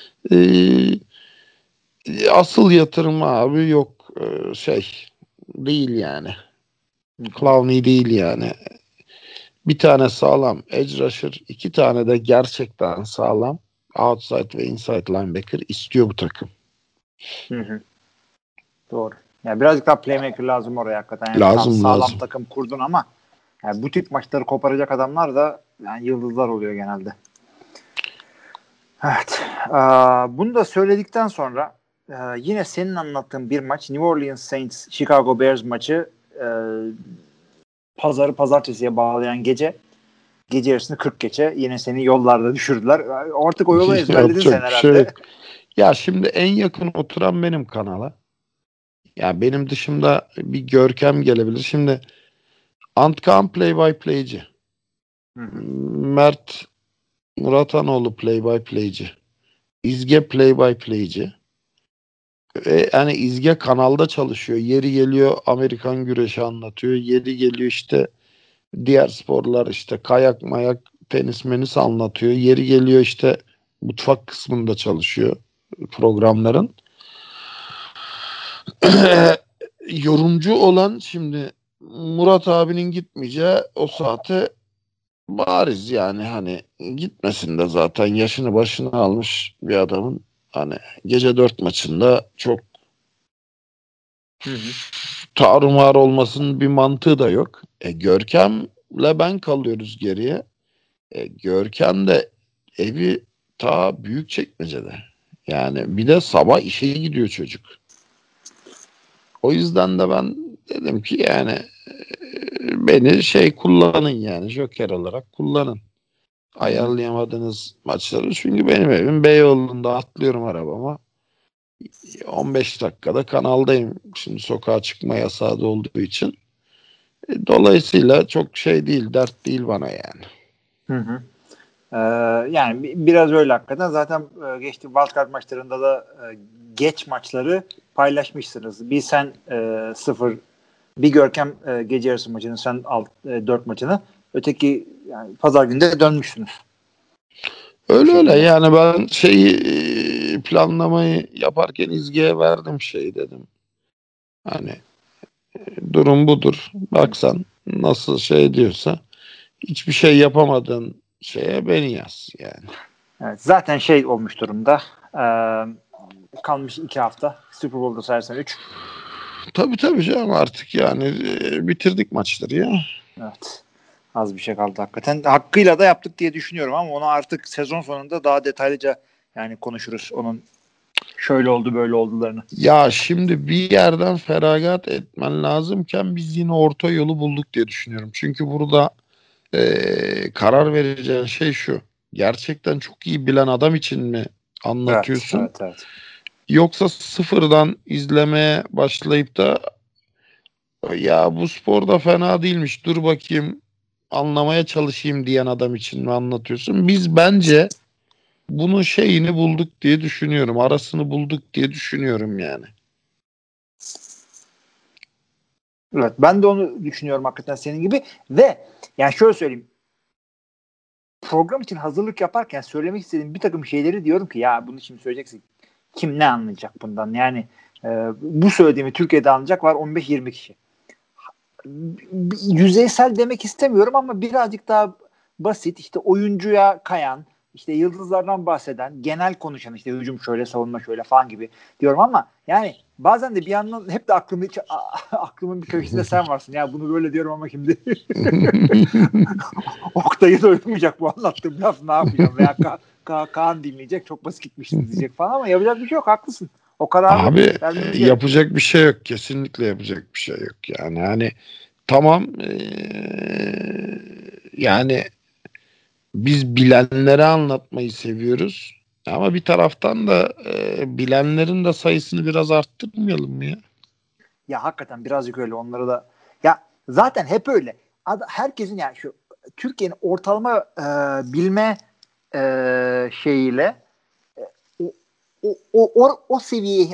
Asıl yatırım abi yok. Değil yani. Clowney değil yani. Bir tane sağlam edge rusher, iki tane de gerçekten sağlam outside ve inside linebacker istiyor bu takım. Hı. Doğru. Yani birazcık daha playmaker lazım oraya hakikaten. Yani Lazım. takım kurdun ama yani bu tip maçları koparacak adamlar da yani yıldızlar oluyor genelde. Evet. Bunu da söyledikten sonra yine senin anlattığın bir maç, New Orleans Saints Chicago Bears maçı, pazartesiye bağlayan gece yarısını 40 geçe yine seni yollarda düşürdüler. Artık o yolu ezberledin sen herhalde. Ya şimdi en yakın oturan benim kanala. Ya benim dışımda bir Görkem gelebilir. Şimdi Antkan play-by-play'ci. Mert Muratanoğlu play-by-play'ci. İzge play-by-play'ci. Yani İzge kanalda çalışıyor. Yeri geliyor Amerikan güreşi anlatıyor. Yeri geliyor işte diğer sporlar, işte kayak mayak, tenis menis anlatıyor. Yeri geliyor işte mutfak kısmında çalışıyor programların. Yorumcu olan şimdi Murat abinin gitmeyeceği o saate bariz yani, hani gitmesin de zaten yaşını başına almış bir adamın hani gece 4 maçında çok tarumar olmasının bir mantığı da yok. Görkem'le ben kalıyoruz geriye. Görkem de evi ta Büyükçekmece'de. Yani bir de sabah işe gidiyor çocuk. O yüzden de ben dedim ki yani beni kullanın yani joker olarak kullanın. Ayarlayamadığınız maçları. Çünkü benim evim Beyoğlu'nda, atlıyorum arabama. 15 dakikada kanaldayım. Şimdi sokağa çıkma yasağı da olduğu için. Dolayısıyla çok şey değil, dert değil bana yani. Yani biraz öyle hakikaten. Zaten geçti wildcard maçlarında da geç maçları paylaşmışsınız. Bir sen 0, bir Görkem gece yarısı maçını, sen 4 maçını. Öteki yani pazar günü de dönmüşsünüz. Öyle yani ben planlamayı yaparken İzgi'ye verdim dedim. Hani durum budur. Baksan nasıl diyorsa hiçbir şey yapamadığın şeye beni yaz yani. Evet, zaten olmuş durumda. Kalmış 2 hafta. Super Bowl'da sayarsan 3. Tabii canım artık yani bitirdik maçları ya. Evet. Az bir şey kaldı hakikaten. Hakkıyla da yaptık diye düşünüyorum ama onu artık sezon sonunda daha detaylıca yani konuşuruz. Onun şöyle oldu böyle oldularını. Ya şimdi bir yerden feragat etmen lazımken biz yine orta yolu bulduk diye düşünüyorum. Çünkü burada karar vereceğin şu. Gerçekten çok iyi bilen adam için mi anlatıyorsun? Evet. Yoksa sıfırdan izlemeye başlayıp da ya bu spor da fena değilmiş, dur bakayım anlamaya çalışayım diyen adam için mi anlatıyorsun? Biz bence bunun bulduk diye düşünüyorum. Arasını bulduk diye düşünüyorum yani. Evet, ben de onu düşünüyorum hakikaten senin gibi ve yani şöyle söyleyeyim. Program için hazırlık yaparken söylemek istediğim bir takım şeyleri diyorum ki ya bunu şimdi söyleyeceksin. Kim ne anlayacak bundan? Yani bu söylediğimi Türkiye'de anlayacak var 15-20 kişi. Yüzeysel demek istemiyorum ama birazcık daha basit, işte oyuncuya kayan, işte yıldızlardan bahseden, genel konuşan, işte hücum şöyle, savunma şöyle falan gibi diyorum ama yani bazen de bir yandan hep de aklımın bir köşesinde sen varsın. Ya bunu böyle diyorum ama şimdi Oktay'ı da uymayacak bu anlattığım laf, ne yapacağım? Veya Kaan dinleyecek, çok basit gitmişsin diyecek falan ama yapacak bir şey yok, haklısın. O kararı abi yapacak gerekiyor. bir şey yok. Kesinlikle yapacak bir şey yok. Yani hani tamam yani biz bilenleri anlatmayı seviyoruz. Ama bir taraftan da bilenlerin de sayısını biraz arttırmayalım mı ya? Ya hakikaten birazcık öyle, onları da. Ya zaten hep öyle. Herkesin yani şu Türkiye'nin ortalama bilme şeyiyle o seviyeyi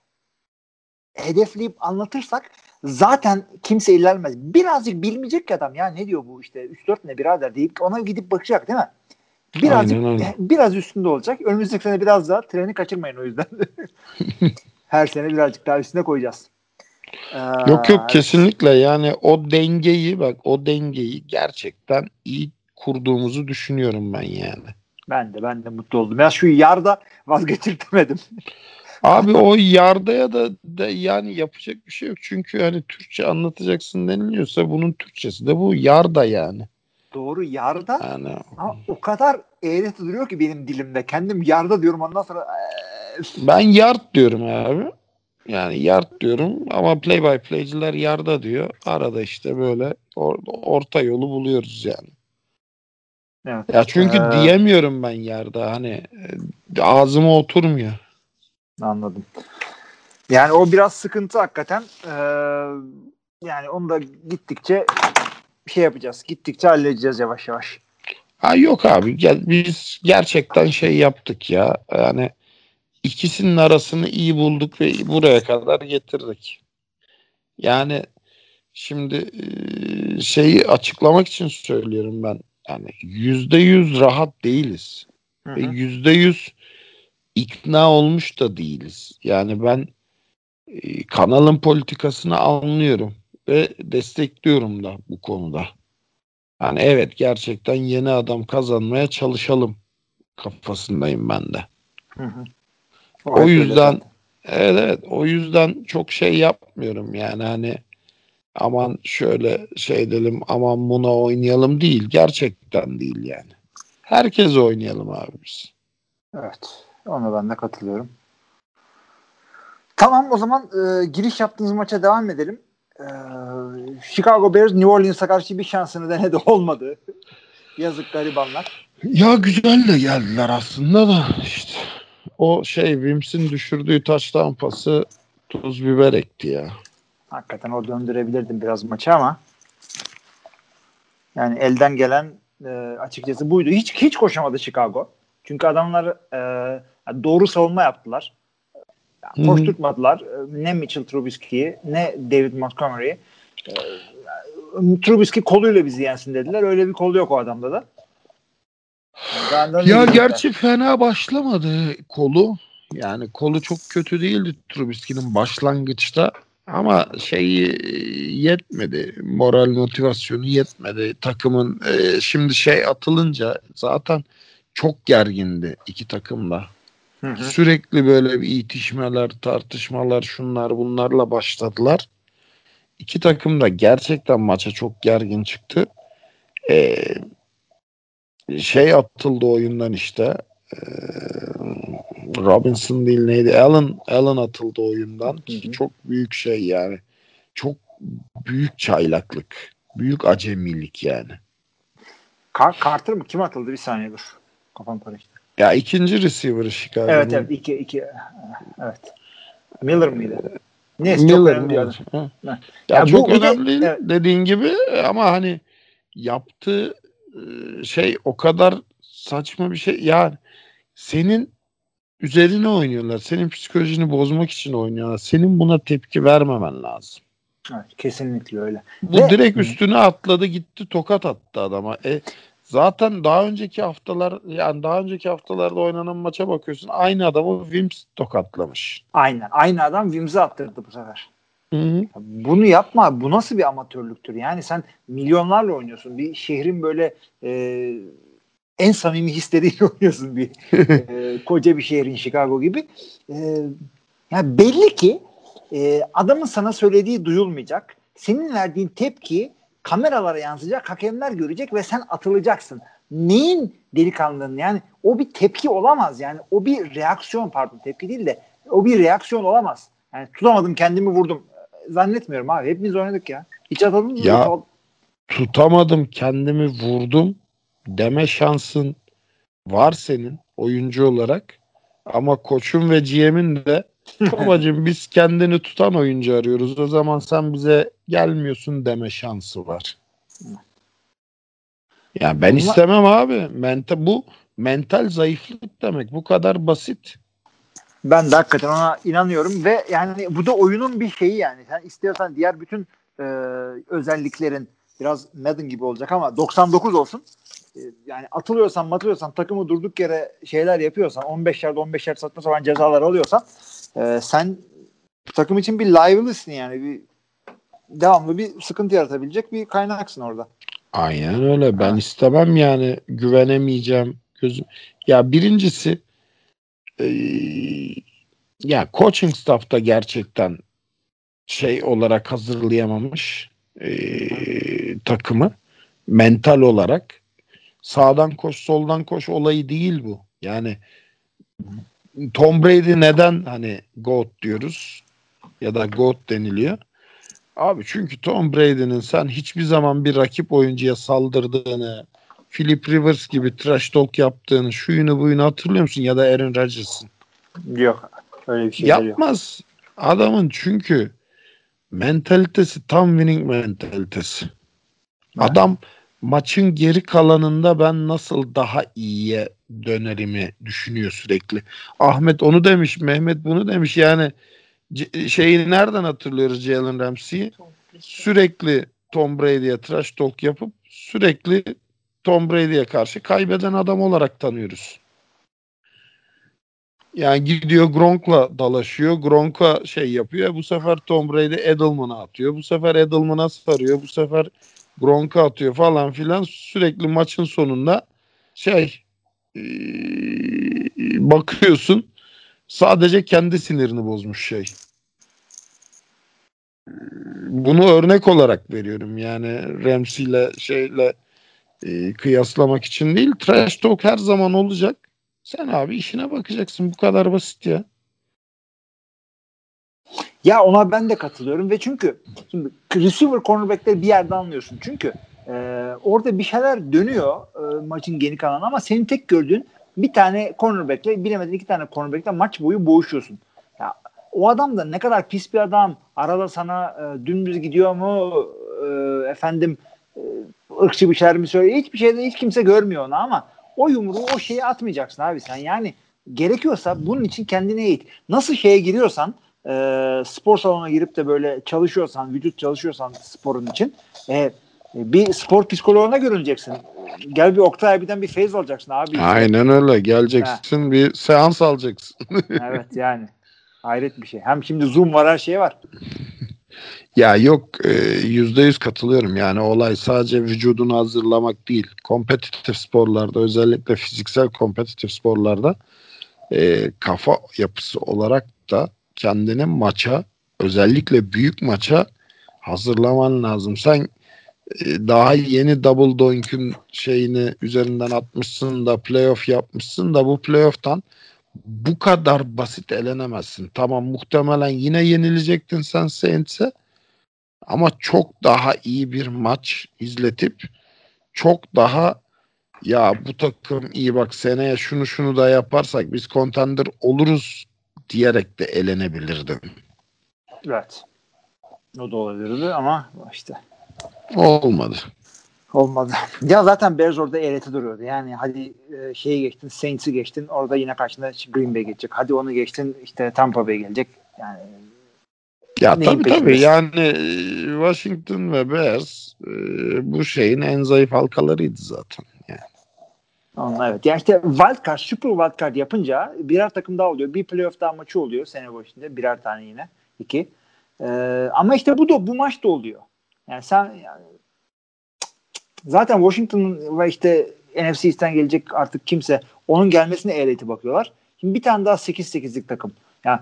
hedefleyip anlatırsak zaten kimse ilerlemez. Birazcık bilmeyecek ki adam, ya ne diyor bu işte 3-4 ne birader deyip ona gidip bakacak değil mi? Birazcık biraz üstünde olacak. Önümüzdeki sene biraz daha treni kaçırmayın o yüzden. Her sene birazcık daha üstüne koyacağız. Yok Evet. kesinlikle yani o dengeyi gerçekten iyi kurduğumuzu düşünüyorum ben yani. Ben de mutlu oldum. Ya şu yarda vazgeçirtemedim. Abi o yardaya da yani yapacak bir şey yok. Çünkü hani Türkçe anlatacaksın deniliyorsa bunun Türkçesi de bu yarda yani. Doğru, yarda. Yani Ama o kadar eğreti duruyor ki benim dilimde. Kendim yarda diyorum, ondan sonra ben yard diyorum abi. Yani yard diyorum ama play by play'ciler yarda diyor. Arada işte böyle orta yolu buluyoruz yani. evet. Ya çünkü diyemiyorum ben yarda, hani ağzıma oturmuyor. Anladım. Yani o biraz sıkıntı hakikaten. Yani onu da gittikçe yapacağız. Gittikçe halledeceğiz yavaş yavaş. Ha yok abi, biz gerçekten yaptık ya. Yani ikisinin arasını iyi bulduk ve buraya kadar getirdik. Yani şimdi açıklamak için söylüyorum ben. Yani %100 rahat değiliz. Ve %100 ikna olmuş da değiliz. Yani ben kanalın politikasını anlıyorum ve destekliyorum da bu konuda. Yani evet, gerçekten yeni adam kazanmaya çalışalım kafasındayım ben de. O yüzden evet o yüzden çok yapmıyorum yani, hani aman şöyle edelim, aman buna oynayalım değil, gerçekten değil yani. Herkes oynayalım abi biz. Evet, ona ben de katılıyorum. Tamam, o zaman giriş yaptığınız maça devam edelim. Chicago Bears New Orleans'a karşı bir şansını denedi, olmadı. Yazık garibanlar. Ya güzel de geldiler aslında da işte o Wims'in düşürdüğü touchdown pası tuz biber ekti ya. Hakikaten o döndürebilirdim biraz maçı ama yani elden gelen açıkçası buydu. Hiç koşamadı Chicago. Çünkü adamlar doğru savunma yaptılar. Koşturtmadılar. Ne Mitchell Trubisky'yi ne David Montgomery'i. Trubisky koluyla bizi yensin dediler. Öyle bir kolu yok o adamda da. Ya gerçi fena başlamadı kolu. Yani kolu çok kötü değildi Trubisky'nin başlangıçta. Ama yetmedi. Moral motivasyonu yetmedi. Takımın şimdi atılınca zaten çok gergindi iki takımda. Sürekli böyle bir itişmeler, tartışmalar, şunlar bunlarla başladılar. İki takım da gerçekten maça çok gergin çıktı. Atıldı oyundan işte. Robinson değil neydi? Allen atıldı oyundan. Çok büyük yani. Çok büyük çaylaklık. Büyük acemilik yani. Carter mı? Kim atıldı? Bir saniye dur. Kafam karıştı. Ya ikinci receiver'ı Chicago'nun. Evet. iki. Evet. Miller mıydı? Neyse Miller, çok önemli bir adam. Ya çok önemli değil evet. dediğin gibi ama hani yaptığı o kadar saçma bir şey. Yani senin üzerine oynuyorlar. Senin psikolojini bozmak için oynuyorlar. Senin buna tepki vermemen lazım. Evet, kesinlikle öyle. Bu direkt üstüne atladı gitti tokat attı adama. Zaten daha önceki haftalarda oynanan maça bakıyorsun. Aynı adamı Wims tokatlamış. Aynen. Aynı adam Wims'e attırdı bu sefer. Hı-hı. Bunu yapma. Bu nasıl bir amatörlüktür? Yani sen milyonlarla oynuyorsun. Bir şehrin böyle en samimi hisleriyle oynuyorsun bir koca bir şehrin Chicago gibi. Yani belli ki adamın sana söylediği duyulmayacak. Senin verdiğin tepki kameralara yansıyacak, hakemler görecek ve sen atılacaksın. Neyin delikanlının? Yani o bir tepki olamaz. Yani o bir reaksiyon, tepki değil de o bir reaksiyon olamaz. Yani tutamadım kendimi vurdum. Zannetmiyorum abi. Hepimiz oynadık ya. Hiç atalım mı? Ya tutamadım kendimi vurdum deme şansın var senin oyuncu olarak ama koçun ve GM'in de babacığım biz kendini tutan oyuncu arıyoruz. O zaman sen bize gelmiyorsun deme şansı var. Ya ben istemem abi. Bu mental zayıflık demek. Bu kadar basit. Ben de hakikaten ona inanıyorum ve yani bu da oyunun bir şeyi yani. Sen istiyorsan diğer bütün özelliklerin biraz Madden gibi olacak ama 99 olsun. Yani atılıyorsan takımı durduk yere şeyler yapıyorsan 15 yard saçma sapan cezalar alıyorsan sen takım için bir liability'sin yani bir devamlı bir sıkıntı yaratabilecek bir kaynaksın orada. Aynen öyle. Ben istemem yani güvenemeyeceğim. Ya birincisi ya coaching staff da gerçekten olarak hazırlayamamış takımı mental olarak. Sağdan koş soldan koş olayı değil bu. Yani Tom Brady neden hani GOAT diyoruz ya da GOAT deniliyor? Abi çünkü Tom Brady'nin sen hiçbir zaman bir rakip oyuncuya saldırdığını, Philip Rivers gibi trash talk yaptığını, şuyunu buyunu hatırlıyor musun? Ya da Aaron Rodgers'ın. Yok. Öyle bir şey yapmaz. Yok. Adamın çünkü mentalitesi tam winning mentalitesi. Evet. Adam maçın geri kalanında ben nasıl daha iyiye dönerimi düşünüyor sürekli. Ahmet onu demiş, Mehmet bunu demiş. Yani nereden hatırlıyoruz Jalen Ramsey'i? Sürekli Tom Brady'ye trash talk yapıp sürekli Tom Brady'ye karşı kaybeden adam olarak tanıyoruz. Yani gidiyor Gronk'la dalaşıyor. Gronk'a yapıyor. Bu sefer Tom Brady Edelman'a atıyor. Bu sefer Edelman'a sarıyor. Bu sefer Gronk'a atıyor falan filan. Sürekli maçın sonunda bakıyorsun sadece kendi sinirini bozmuş Bunu örnek olarak veriyorum. Yani Ramsey'le kıyaslamak için değil. Trash talk her zaman olacak. Sen abi işine bakacaksın. Bu kadar basit ya. Ya ona ben de katılıyorum ve çünkü şimdi receiver cornerback'leri bir yerde anlıyorsun. Çünkü orada bir şeyler dönüyor maçın geri kalanı ama senin tek gördüğün bir tane cornerback'le bilemedin iki tane cornerback'le maç boyu boğuşuyorsun. Ya o adam da ne kadar pis bir adam. Arada sana dümdüz gidiyor mu ırkçı bir şeyler mi söylüyor? Hiçbir şeyde hiç kimse görmüyor onu ama o yumruğu o şeye atmayacaksın abi sen. Yani gerekiyorsa bunun için kendine eğit. Nasıl şeye giriyorsan spor salonuna girip de böyle çalışıyorsan, vücut çalışıyorsan sporun için bir spor psikoloğuna görüneceksin. Gel bir Oktay abiden bir feyz alacaksın abi. Aynen öyle. Geleceksin bir seans alacaksın. Evet yani. Hayret bir şey. Hem şimdi Zoom var her şey var. Ya yok %100 katılıyorum. Yani olay sadece vücudunu hazırlamak değil. Kompetitif sporlarda özellikle fiziksel kompetitif sporlarda kafa yapısı olarak da kendini maça özellikle büyük maça hazırlaman lazım. Sen daha yeni double doink'ün şeyini üzerinden atmışsın da playoff yapmışsın da bu playoff'tan bu kadar basit elenemezsin. Tamam muhtemelen yine yenilecektin sen Saints'e ama çok daha iyi bir maç izletip çok daha ya bu takım iyi bak seneye şunu da yaparsak biz contender oluruz diyerek de elenebilirdin. Evet. O da olabilirdi ama işte Olmadı. olmadı. Ya zaten Bears orada eğreti duruyordu. Yani hadi şeyi geçtin, Saints'i geçtin. Orada yine karşında Green Bay geçecek. Hadi onu geçtin işte Tampa Bay gelecek. Yani Ya neyin tabii peşindesin? yani Washington ve Bears bu şeyin en zayıf halkalarıydı zaten. Yani. Onlar evet. Yani işte wildcard, super wildcard yapınca birer takım daha oluyor. Bir playoff daha maçı oluyor sene başında. Birer tane yine. 2. Ama işte bu maç da oluyor. Yani sen zaten Washington ve işte NFC East'ten gelecek artık kimse onun gelmesine eğreti bakıyorlar. Şimdi bir tane daha 8-8'lik takım. Yani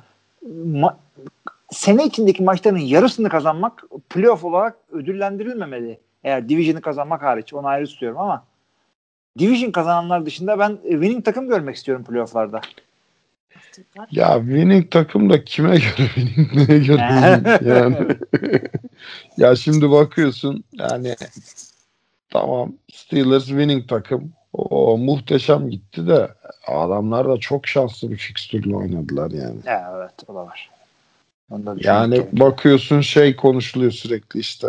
sene içindeki maçların yarısını kazanmak playoff olarak ödüllendirilmemeli. Eğer division'ı kazanmak hariç. Onu ayrı tutuyorum ama division kazananlar dışında ben winning takım görmek istiyorum playoff'larda. Ya winning takım da kime göre winning neye göre winning yani. Ya şimdi bakıyorsun yani tamam Steelers winning takım. O muhteşem gitti de adamlar da çok şanslı bir fikstürle oynadılar yani. Evet o da var. Onu da Yani gerekiyor. bakıyorsun şey konuşuluyor sürekli işte.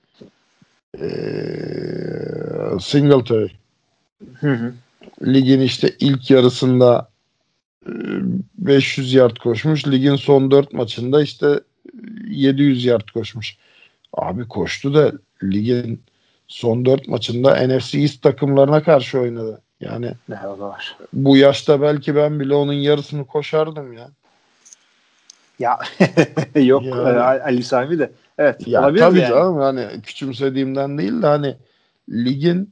Singletary. Hı. Ligin işte ilk yarısında 500 yard koşmuş. Ligin son 4 maçında işte 700 yard koşmuş. Abi koştu da ligin son 4 maçında NFC East takımlarına karşı oynadı. Yani O da var. bu yaşta belki ben bile onun yarısını koşardım ya. Ya yok Yani, Ali Sami de. Evet ya olabilir tabii yani. canım hani küçümsediğimden değil de hani ligin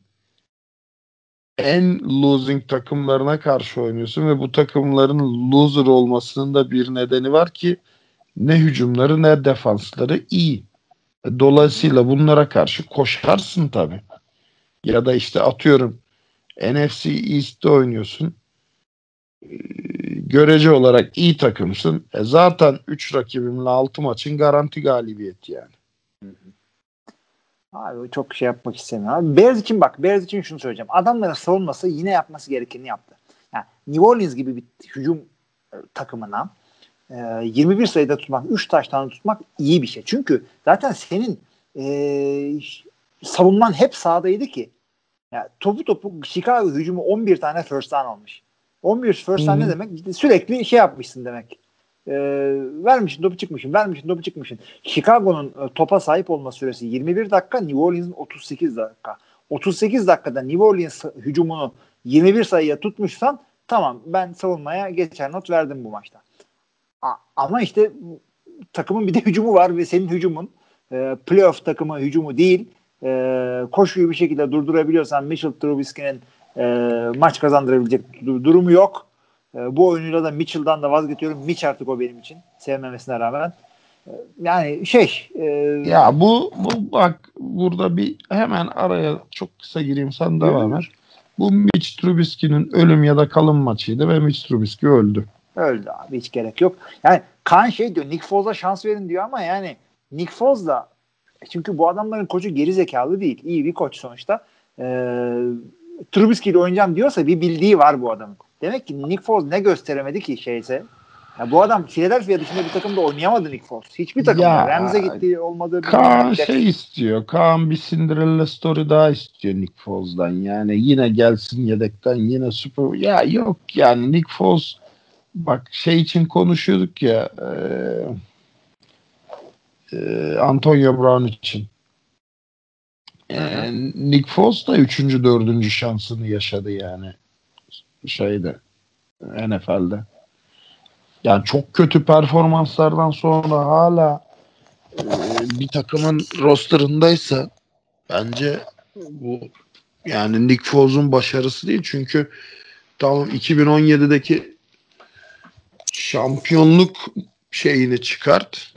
en losing takımlarına karşı oynuyorsun ve bu takımların loser olmasının da bir nedeni var ki ne hücumları ne defansları iyi. Dolayısıyla bunlara karşı koşarsın tabii. Ya da işte atıyorum NFC East'te oynuyorsun. Görece olarak iyi takımsın. Zaten 3 rakibimle 6 maçın garanti galibiyeti yani. Abi çok şey yapmak istemiyorum. Bears için şunu söyleyeceğim. Adamların savunması yine yapması gerekeni yaptı. Yani New Orleans gibi bir hücum takımına 21 sayıda tutmak, 3 taştan tutmak iyi bir şey. Çünkü zaten senin savunman hep sahadaydı ki. Yani topu Chicago hücumu 11 tane first down almış. 11 first down ne demek? Sürekli şey yapmışsın demek. Vermişsin topu çıkmışsın. Chicago'nun topa sahip olma süresi 21 dakika, New Orleans'ın 38 dakika. 38 dakikada New Orleans hücumunu 21 sayıya tutmuşsan tamam ben savunmaya geçer not verdim bu maçta. Ama işte takımın bir de hücumu var ve senin hücumun playoff takımı hücumu değil. Koşuyu bir şekilde durdurabiliyorsan Mitchell Trubisky'nin maç kazandırabilecek durumu yok. Bu oyunuyla da Mitchell'dan da vazgeçiyorum. Mitch artık o benim için. Sevmemesine rağmen. Yani ya bu bak burada bir hemen araya çok kısa gireyim sen devam et. Bu Mitch Trubisky'nin ölüm ya da kalım maçıydı ve Mitch Trubisky öldü. Öldü abi hiç gerek yok. Yani Kaan diyor Nick Foles'a şans verin diyor ama yani Nick Foles da çünkü bu adamların koçu geri zekalı değil. İyi bir koç sonuçta. Trubisky ile oynayacağım diyorsa bir bildiği var bu adamın. Demek ki Nick Foles ne gösteremedi ki Ya bu adam Philadelphia dışında bir takımda oynayamadı Nick Foles. Hiçbir takımda. Ya, Rams'e gitti olmadı. Kaan istiyor. Kaan bir Cinderella story daha istiyor Nick Foles'dan. Yani yine gelsin yedekten yine Super. Ya yok yani Nick Foles bak için konuşuyorduk ya Antonio Brown için. Nick Foles da 3. 4. şansını yaşadı yani NFL'de. Yani çok kötü performanslardan sonra hala bir takımın rosterındaysa bence bu yani Nick Foles'un başarısı değil. Çünkü tamam 2017'deki şampiyonluk şeyini çıkart.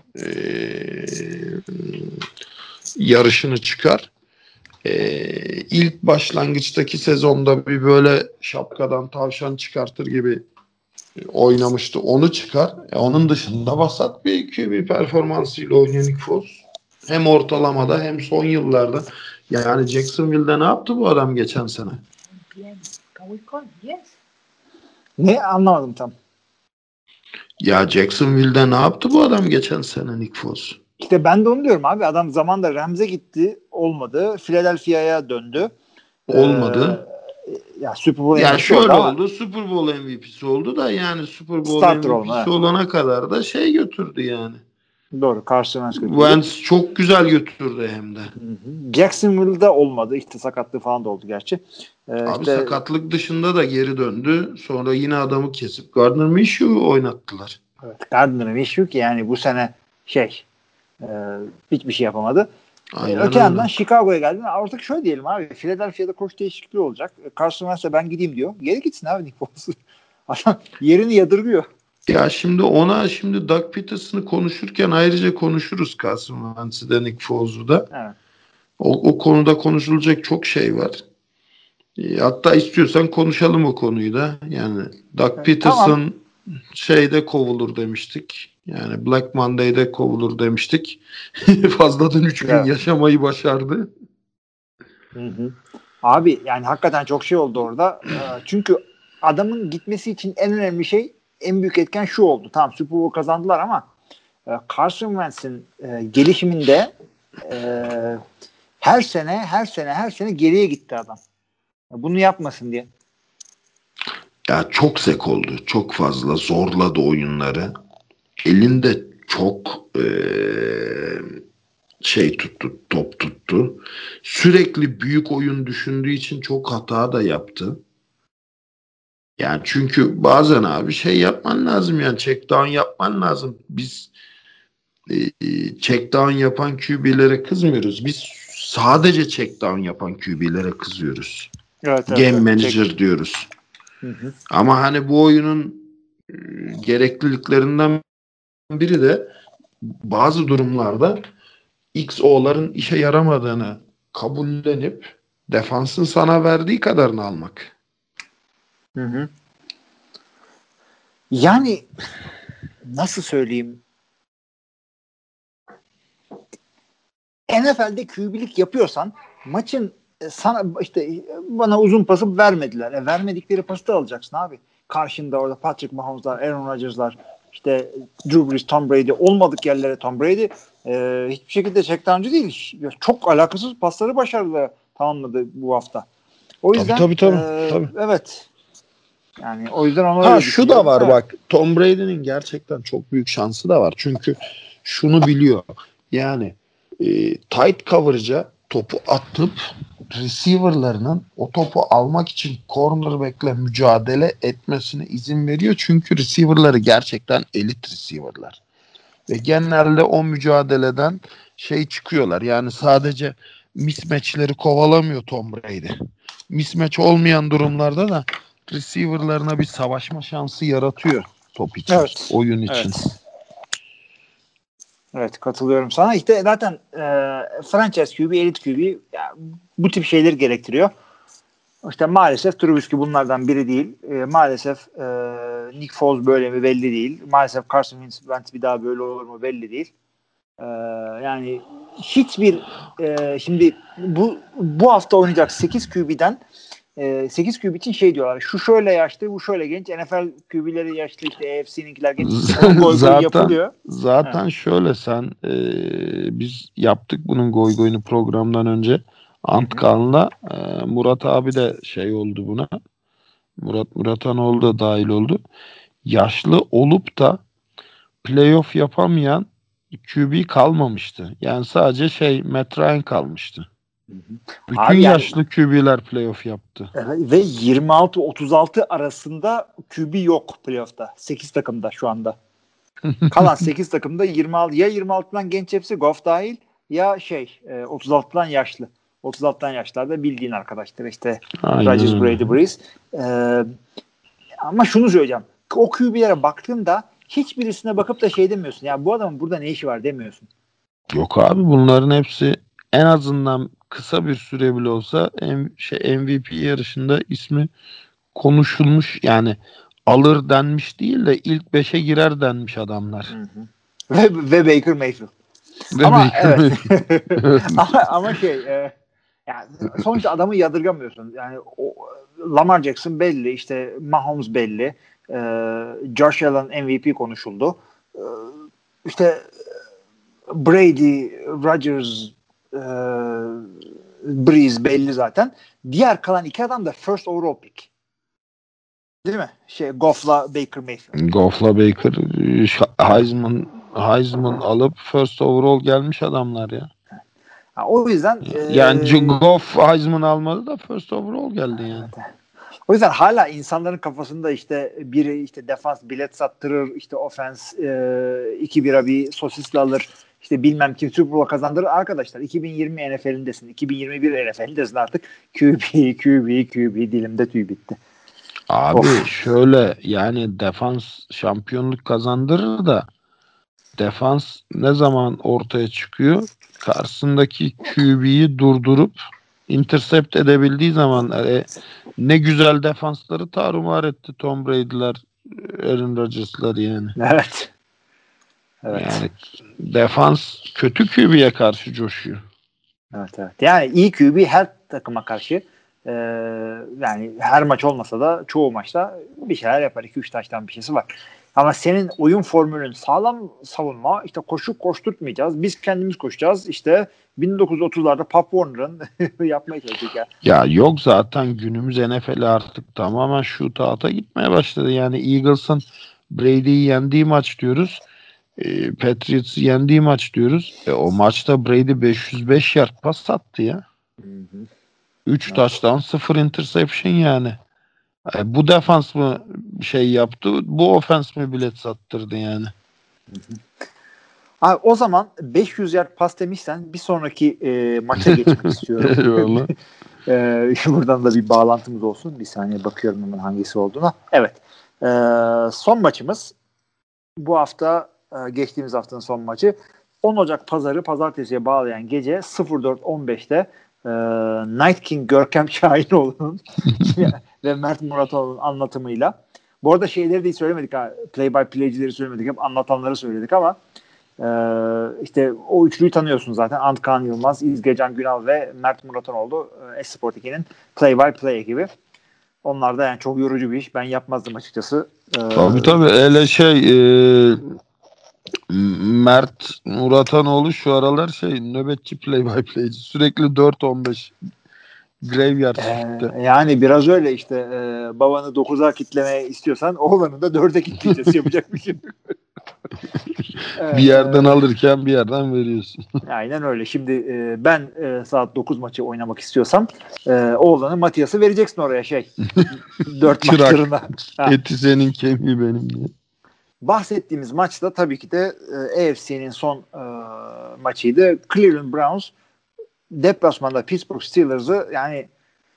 Yarışını çıkar. İlk başlangıçtaki sezonda bir böyle şapkadan tavşan çıkartır gibi oynamıştı. Onu çıkar. Onun dışında vasat bir performansıyla oynayan Nick Foles. Hem ortalamada hem son yıllarda. Yani Jacksonville'de ne yaptı bu adam geçen sene? Ne anlamadım tam. Ya Jacksonville'de ne yaptı bu adam geçen sene Nick Foles? İşte ben de onu diyorum abi. Adam zamanında Rams'e gitti. Olmadı. Philadelphia'ya döndü. Olmadı. Ya Super Bowl yani şöyle oldu. oldu. Super Bowl MVP'si oldu da yani Super Bowl Starter MVP'si olana kadar da götürdü yani. Doğru. Carson Wentz götürdü. Wentz çok güzel götürdü hem de. Jacksonville'da olmadı. İşte sakatlığı falan da oldu gerçi. Abi sakatlık dışında da geri döndü. Sonra yine adamı kesip Gardner Minshew'u oynattılar. Evet. Gardner Minshew ki yani bu sene hiçbir şey yapamadı. Öte yandan Chicago'ya geldi. Artık şöyle diyelim abi. Philadelphia'da koç değişikliği olacak. Carson Wentz'e ben gideyim diyor. Geri gitsin abi Nick Foles. Adam yerini yadırgıyor. Ya şimdi Doug Peterson'ı konuşurken ayrıca konuşuruz Carson Wentz'i de Nick Foles'u da. Evet. O konuda konuşulacak çok şey var. Hatta istiyorsan konuşalım o konuyu da. Yani Doug Peterson şeyde kovulur demiştik. Yani Black Monday'de kovulur demiştik. Fazladan 3 gün yaşamayı başardı. Hı. Abi yani hakikaten çok şey oldu orada. Çünkü adamın gitmesi için en önemli şey, en büyük etken şu oldu. Tamam Super Bowl kazandılar ama Carson Wentz'in gelişiminde her sene geriye gitti adam. Bunu yapmasın diye. Ya çok zek oldu. Çok fazla zorladı oyunları. Elinde çok top tuttu. Sürekli büyük oyun düşündüğü için çok hata da yaptı. Yani çünkü bazen abi yapman lazım yani check down yapman lazım. Biz check down yapan QB'lere kızmıyoruz. Biz sadece check down yapan QB'lere kızıyoruz. Evet, Game manager diyoruz. Hı. Ama hani bu oyunun gerekliliklerinden biri de bazı durumlarda XO'ların işe yaramadığını kabullenip defansın sana verdiği kadarını almak. Hı. Yani nasıl söyleyeyim? NFL'de QB'lik yapıyorsan maçın sana bana uzun pası vermediler. Vermedikleri pası da alacaksın abi. Karşında orada Patrick Mahomes'lar, Aaron Rodgers'lar, Drew Brees, Tom Brady, olmadık yerlere Tom Brady hiçbir şekilde checkdown'cu değil. Çok alakasız pasları başarılı tamamladı bu hafta. O yüzden tabii. Evet. Yani o yüzden ona şu da var bak. Tom Brady'nin gerçekten çok büyük şansı da var. Çünkü şunu biliyor. Yani tight coverage'a topu atıp receiver'larının o topu almak için cornerback'le mücadele etmesine izin veriyor. Çünkü receiver'ları gerçekten elit receiver'lar. Ve genelde o mücadeleden çıkıyorlar. Yani sadece mismatch'leri kovalamıyor Tom Brady. Mismatch olmayan durumlarda da receiver'larına bir savaşma şansı yaratıyor top için, oyun için. Evet, katılıyorum sana. Zaten franchise QB, elit QB bu tip şeyleri gerektiriyor. Maalesef Trubisky bunlardan biri değil. Maalesef Nick Foles böyle mi belli değil. Maalesef Carson Wentz bir daha böyle olur mu belli değil. Yani hiçbir şimdi bu hafta oynayacak 8 QB'den 8 QB için şey diyorlar. Şu şöyle yaşlı, bu şöyle genç. NFL QB'leri yaşlı, işte AFC'ninkiler genç. Zaten şöyle sen biz yaptık bunun goyunu programdan önce. Antkan'la Murat abi de şey oldu buna. Muratanoğlu da dahil oldu. Yaşlı olup da playoff yapamayan QB kalmamıştı. Yani sadece Matt Ryan kalmıştı. Bütün abi yaşlı QB'ler playoff yaptı. Ve 26-36 arasında QB yok playoff'ta. 8 takımda şu anda. Kalan 8 takımda 26, ya 26'dan genç hepsi Goff dahil ya 36'dan yaşlı. 36'dan yaşlarda bildiğin arkadaşlar işte Rodgers, Brady, Brees. Ama şunu söyleyeceğim. O QB'lere baktığında hiçbirisine bakıp da şey demiyorsun. Ya bu adamın burada ne işi var demiyorsun. Yok abi, bunların hepsi en azından kısa bir süre bile olsa MVP yarışında ismi konuşulmuş, yani alır denmiş değil de ilk 5'e girer denmiş adamlar. Ve Baker Mayfield. Ama yani sonuçta adamı yadırgamıyorsun. Yani Lamar Jackson belli, işte Mahomes belli, Josh Allen MVP konuşuldu. İşte Brady, Rodgers, Breeze belli zaten. Diğer kalan iki adam da first overall pick. Değil mi? Goff'la Baker Mayfield. Goff'la Baker Heisman alıp first overall gelmiş adamlar ya. O yüzden yani Goff Heisman almadı da first overall geldi yani. O yüzden hala insanların kafasında işte biri işte defans bilet sattırır, işte ofens 2 bira bir sosisle alır, işte bilmem kim Super Bowl kazandırır. Arkadaşlar 2020 NFL'indesin, 2021 NFL'indesin artık. QB dilimde tüy bitti. Abi şöyle, yani defans şampiyonluk kazandırır da defans ne zaman ortaya çıkıyor? Karşısındaki QB'yi durdurup intercept edebildiği zaman ne güzel defansları tarumar etti Tom Brady'ler, Aaron Rodgers'lar yani. Evet. Yani defans kötü QB'ye karşı coşuyor. Evet. Yani iyi QB her takıma karşı yani her maç olmasa da çoğu maçta bir şeyler yapar. 2-3 taştan bir şeysi var. Ama senin oyun formülün sağlam savunma, işte koşturtmayacağız. Biz kendimiz koşacağız. İşte 1930'larda Pop Warner'ın yapmaya çalıştık ya. Ya yok, zaten günümüz NFL artık tamamen shootout'a gitmeye başladı. Yani Eagles'ın Brady'yi yendiği maç diyoruz. Patriots'ı yendiği maç diyoruz. O maçta Brady 505 yard pas attı ya. 3 touchdown 0 interception yani. Bu defans mı yaptı? Bu ofens mi bilet sattırdı yani? Abi o zaman 500 yard pas demişsen bir sonraki maça geçmek istiyorum. Buradan da bir bağlantımız olsun. Bir saniye bakıyorum hemen hangisi olduğuna. Evet. Son maçımız bu hafta, geçtiğimiz haftanın son maçı. 10 Ocak pazartesiye bağlayan gece 04.15'te Night King Görkem Şahinoğlu'nun ve Mert Muratoğlu'nun anlatımıyla. Bu arada şeyleri de söylemedik, play by play'cileri söylemedik, hep anlatanları söyledik ama işte o üçlüyü tanıyorsun zaten. Antkan Yılmaz, İzgecan Günal ve Mert Muratoğlu, Esport 2'nin play by play ekibi. Onlar da yani çok yorucu bir iş. Ben yapmazdım açıkçası. Tabii öyle Mert Muratanoğlu şu aralar nöbetçi play by play'ci. Sürekli 4-15 graveyard yani biraz öyle işte babanı 9'a kitlemeye istiyorsan oğlanı da 4'e kitleyeceğiz. Yapacak bir şey yok. Bir yerden alırken bir yerden veriyorsun. Aynen öyle. Şimdi ben saat 9 maçı oynamak istiyorsam oğlanı Matias'ı vereceksin oraya 4 maçlarına. Eti senin kemiği benim diye. Bahsettiğimiz maçta tabii ki de AFC'nin son maçıydı. Cleveland Browns deplasmanda Pittsburgh Steelers'ı yani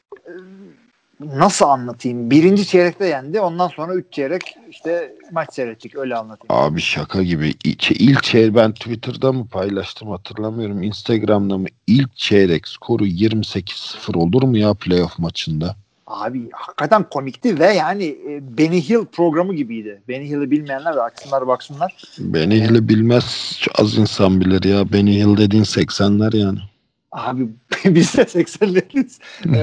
nasıl anlatayım? Birinci çeyrekte yendi. Ondan sonra 3 çeyrek işte maç seyredecek. Öyle anlatayım. Abi şaka gibi. İlk çeyrek ben Twitter'da mı paylaştım hatırlamıyorum. Instagram'da mı? İlk çeyrek skoru 28-0 olur mu ya playoff maçında? Abi hakikaten komikti ve yani Benny Hill programı gibiydi. Benny Hill'i bilmeyenler de açsınlar baksınlar. Benny Hill'i bilmez az insan bilir ya. Benny Hill dediğin 80'ler yani. Abi biz de 80'leriz.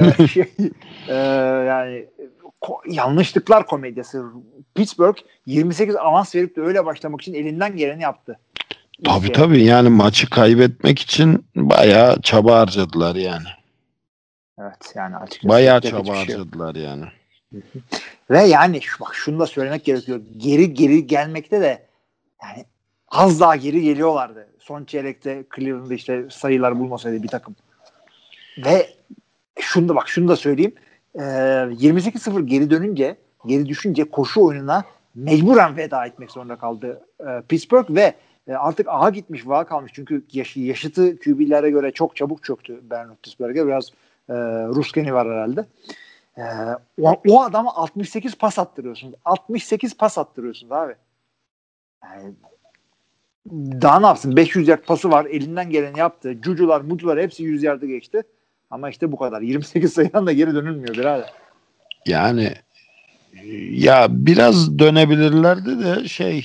Yani yanlışlıklar komedyası. Pittsburgh 28 avans verip de öyle başlamak için elinden geleni yaptı. Tabii yani maçı kaybetmek için bayağı çaba harcadılar yani. Evet yani açıkçası. Bayağı çaba harcadılar yani. Ve yani bak şunu da söylemek gerekiyor. Geri gelmekte de yani az daha geri geliyorlardı. Son çeyrekte Cleveland'da işte sayılar bulmasaydı bir takım. Ve şunu da söyleyeyim. 28-0 geri düşünce koşu oyununa mecburen veda etmek zorunda kaldı Pittsburgh ve artık ağa gitmiş, vağa kalmış. Çünkü yaşıtı QB'lere göre çok çabuk çöktü Ben Roethlisberger'e. Biraz Rus geni var herhalde. O adama 68 pas attırıyorsunuz. 68 pas attırıyorsunuz abi. Yani, daha ne yapsın? 500 yard pası var. Elinden geleni yaptı. Mucular hepsi 100 yardı geçti. Ama işte bu kadar. 28 sayıdan da geri dönülmüyor birader. Yani ya biraz dönebilirlerdi de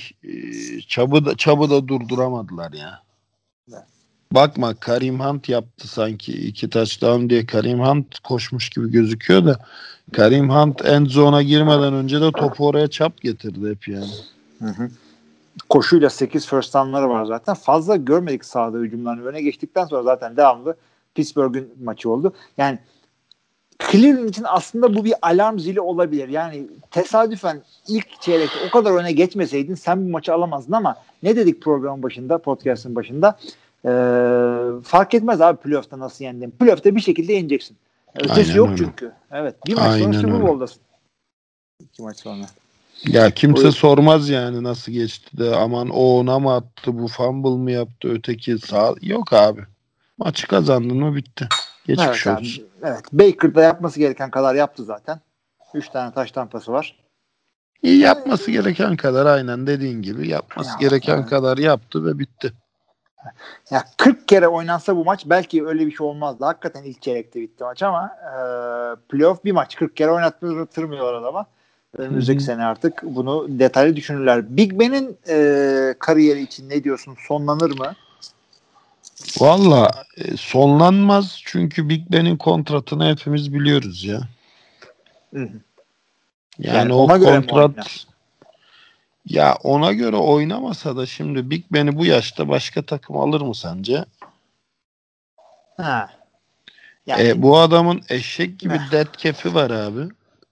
çabı da durduramadılar ya. Evet. Bakma Kareem Hunt yaptı sanki 2 touchdown diye Kareem Hunt koşmuş gibi gözüküyor da Kareem Hunt end zone'a girmeden önce de topu oraya çap getirdi hep yani. Hı. Koşuyla 8 first down'ları var zaten. Fazla görmedik sahada hücumlarını. Öne geçtikten sonra zaten devamlı Pittsburgh'ün maçı oldu. Yani Cleveland için aslında bu bir alarm zili olabilir. Yani tesadüfen ilk çeyrekte o kadar öne geçmeseydin sen bu maçı alamazdın ama ne dedik programın başında, podcast'ın başında? Fark etmez abi playoff'ta nasıl yendin. Playoff'ta bir şekilde yeneceksin. Ötesi aynen yok öyle. Çünkü. Evet. Bir maç sonra Super Bowl'dasın. 2 maç sonra. Ya kimse sormaz yani nasıl geçti de aman o ona mı attı bu fumble mı yaptı öteki sağ yok abi. Maçı kazandın mı bitti. Geçmiş evet, olsun. Evet. Baker da yapması gereken kadar yaptı zaten. 3 tane taş tampası var. İyi yapması gereken kadar aynen dediğin gibi yapması gereken kadar yaptı ve bitti. Ya 40 kere oynansa bu maç belki öyle bir şey olmazdı. Hakikaten ilk çeyrekte bitti maç ama playoff bir maç 40 kere oynattırmıyorlar adama. Önümüzdeki sene artık bunu detaylı düşünürler. Big Ben'in kariyeri için ne diyorsun? Sonlanır mı? Valla sonlanmaz çünkü Big Ben'in kontratını hepimiz biliyoruz ya. Hı. Yani o kontrat ya ona göre oynamasa da şimdi Big Ben'i bu yaşta başka takım alır mı sence? Ha. Yani, bu adamın eşek gibi dead cap'i var abi.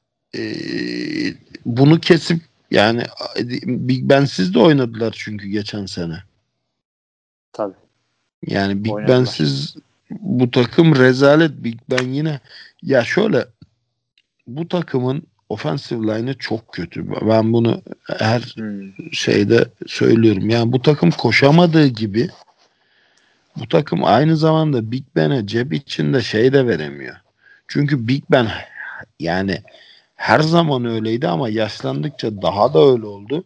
Bunu kesip yani Big Ben'siz de oynadılar çünkü geçen sene. Tabii. Yani Big Ben'siz bu takım rezalet. Big Ben yine ya şöyle bu takımın offensive line'ı çok kötü. Ben bunu her şeyde söylüyorum. Yani bu takım koşamadığı gibi bu takım aynı zamanda Big Ben'e cep içinde şey de veremiyor. Çünkü Big Ben yani her zaman öyleydi ama yaşlandıkça daha da öyle oldu.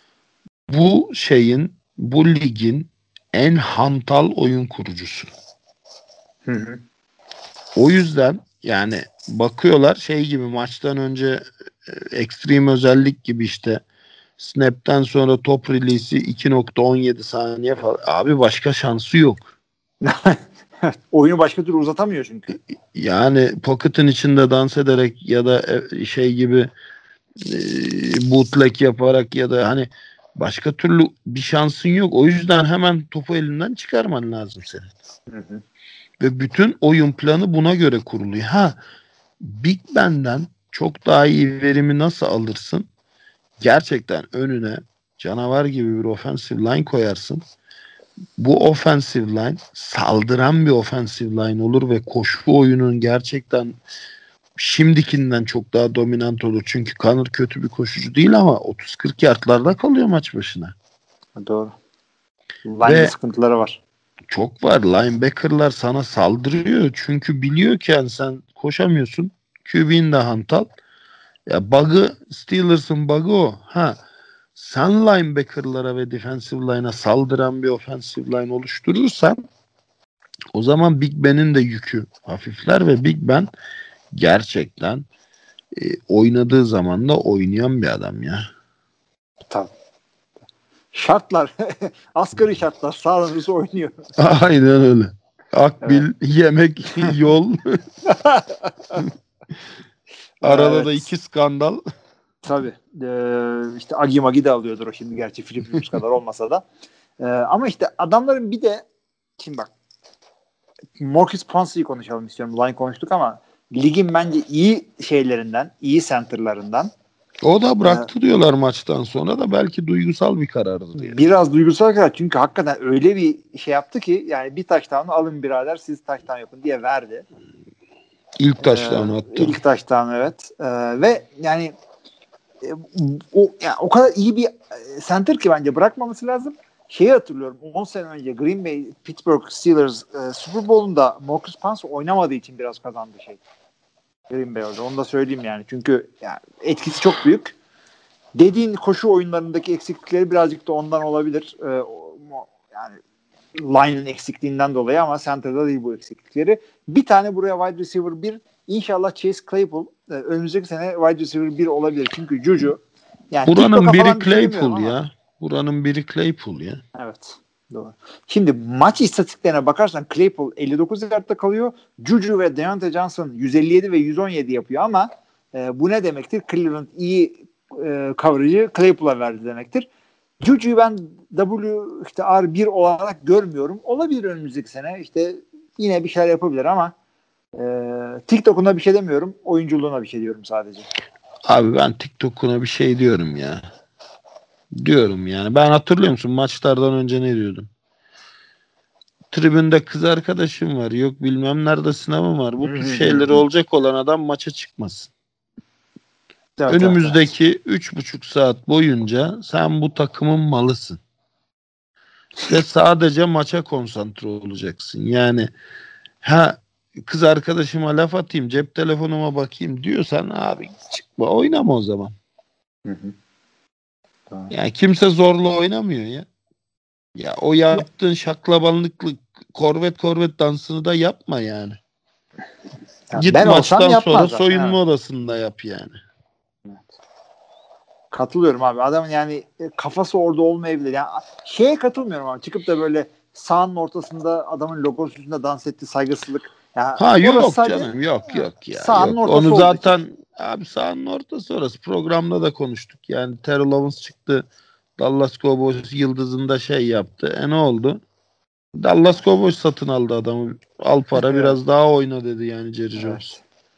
Bu ligin en hantal oyun kurucusu. Hı. O yüzden yani bakıyorlar şey gibi maçtan önce extreme özellik gibi işte snap'ten sonra top release'i 2.17 saniye falan. Abi başka şansı yok. Oyunu başka türlü uzatamıyor çünkü. Yani pocket'ın içinde dans ederek ya da şey gibi bootleg yaparak ya da hani başka türlü bir şansın yok. O yüzden hemen topu elinden çıkarman lazım senin. Hı. Ve bütün oyun planı buna göre kuruluyor. Big Ben'den çok daha iyi verimi nasıl alırsın? Gerçekten önüne canavar gibi bir offensive line koyarsın. Bu offensive line saldıran bir offensive line olur ve koşu oyunun gerçekten şimdikinden çok daha dominant olur. Çünkü Connor kötü bir koşucu değil ama 30-40 yardlarda kalıyor maç başına. Doğru. Line sıkıntıları var. Çok var. Linebacker'lar sana saldırıyor. Çünkü biliyor ki yani sen koşamıyorsun. QB'in de hantal. Ya bug'ı Steelers'ın bug'ı o. Sen linebacker'lara ve defensive line'a saldıran bir offensive line oluşturursan o zaman Big Ben'in de yükü hafifler ve Big Ben gerçekten oynadığı zaman da oynayan bir adam ya. Tabii. Şartlar asgari şartlar sağlanırsa oynuyor. Aynen öyle. Akbil, yemek, yol. Arada da 2 skandal. Tabii. İşte Agi Magi de alıyordur o şimdi. Gerçi Philip kadar olmasa da. Ama işte adamların bir de şimdi bak Marcus Pouncey'i konuşalım istiyorum. Line konuştuk ama ligin bence iyi şeylerinden, iyi center'larından. O da bıraktı diyorlar maçtan sonra da belki duygusal bir karardır. Yani. Biraz duygusal karar. Çünkü hakikaten öyle bir şey yaptı ki yani bir touchdown'u alın birader siz touchdown yapın diye verdi. İlk touchdown'u attı. İlk touchdown evet. Ve yani o kadar iyi bir center ki bence bırakmaması lazım. Şeyi hatırlıyorum 10 sene önce Green Bay Pittsburgh Steelers Super Bowl'unda Marcus Pouncey oynamadığı için biraz kazandı Green Bay orada. Onu da söyleyeyim yani. Çünkü yani etkisi çok büyük. Dediğin koşu oyunlarındaki eksiklikleri birazcık da ondan olabilir. Yani line'ın eksikliğinden dolayı ama center'da değil bu eksiklikleri. Bir tane buraya wide receiver 1 İnşallah Chase Claypool önümüzdeki sene wide receiver 1 olabilir. Çünkü Juju yani buranın biri Claypool ya. Buranın biri Claypool ya. Evet. Doğru. Şimdi maç istatistiklerine bakarsan Claypool 59 yardta kalıyor. Juju ve Deontay Johnson 157 ve 117 yapıyor ama bu ne demektir? Cleveland iyi coverage'ı Claypool'a verdi demektir. Juju'yu ben işte R1 olarak görmüyorum. Olabilir önümüzdeki sene. İşte yine bir şeyler yapabilir ama TikTok'una bir şey demiyorum. Oyunculuğuna bir şey diyorum sadece. Abi ben TikTok'una bir şey diyorum ya. Diyorum yani. Ben hatırlıyor musun maçlardan önce ne diyordum? Tribünde kız arkadaşım var. Yok bilmem nerede sınavım var. Bu tür şeyleri olacak olan adam maça çıkmasın. Evet, önümüzdeki 3,5 saat boyunca sen bu takımın malısın. Ve sadece maça konsantre olacaksın. Yani kız arkadaşıma laf atayım, cep telefonuma bakayım diyorsan abi çıkma oynama o zaman. Yani kimse zorla oynamıyor ya. Ya o yaptığın şaklabanlıklı korvet dansını da yapma yani. Git ben maçtan sonra soyunma odasında yap yani. Evet. Katılıyorum abi. Adamın yani kafası orada olmayabilir. Yani şeye katılmıyorum abi. Çıkıp da böyle sahanın ortasında adamın logosu üstünde dans etti saygısızlık. Yani yok canım yok ya. Sahanın yok. Ortası onu zaten abi sahanın ortası orası. Programda da konuştuk. Yani Terrell Owens çıktı. Dallas Cowboys yıldızında yaptı. Ne oldu? Dallas Cowboys satın aldı adamı. Al para biraz daha oyna dedi yani Jerry Jones.